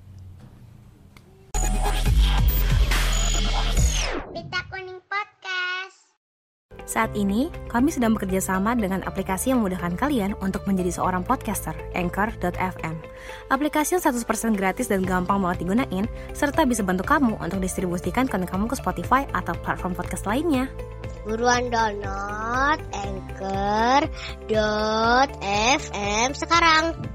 Pita Kuning Podcast. Saat ini, kami sedang bekerja sama dengan aplikasi yang memudahkan kalian untuk menjadi seorang podcaster, anchor dot f m. Aplikasi yang seratus persen gratis dan gampang banget digunain, serta bisa bantu kamu untuk distribusikan konten kamu ke Spotify atau platform podcast lainnya. Buruan download anchor dot f m sekarang.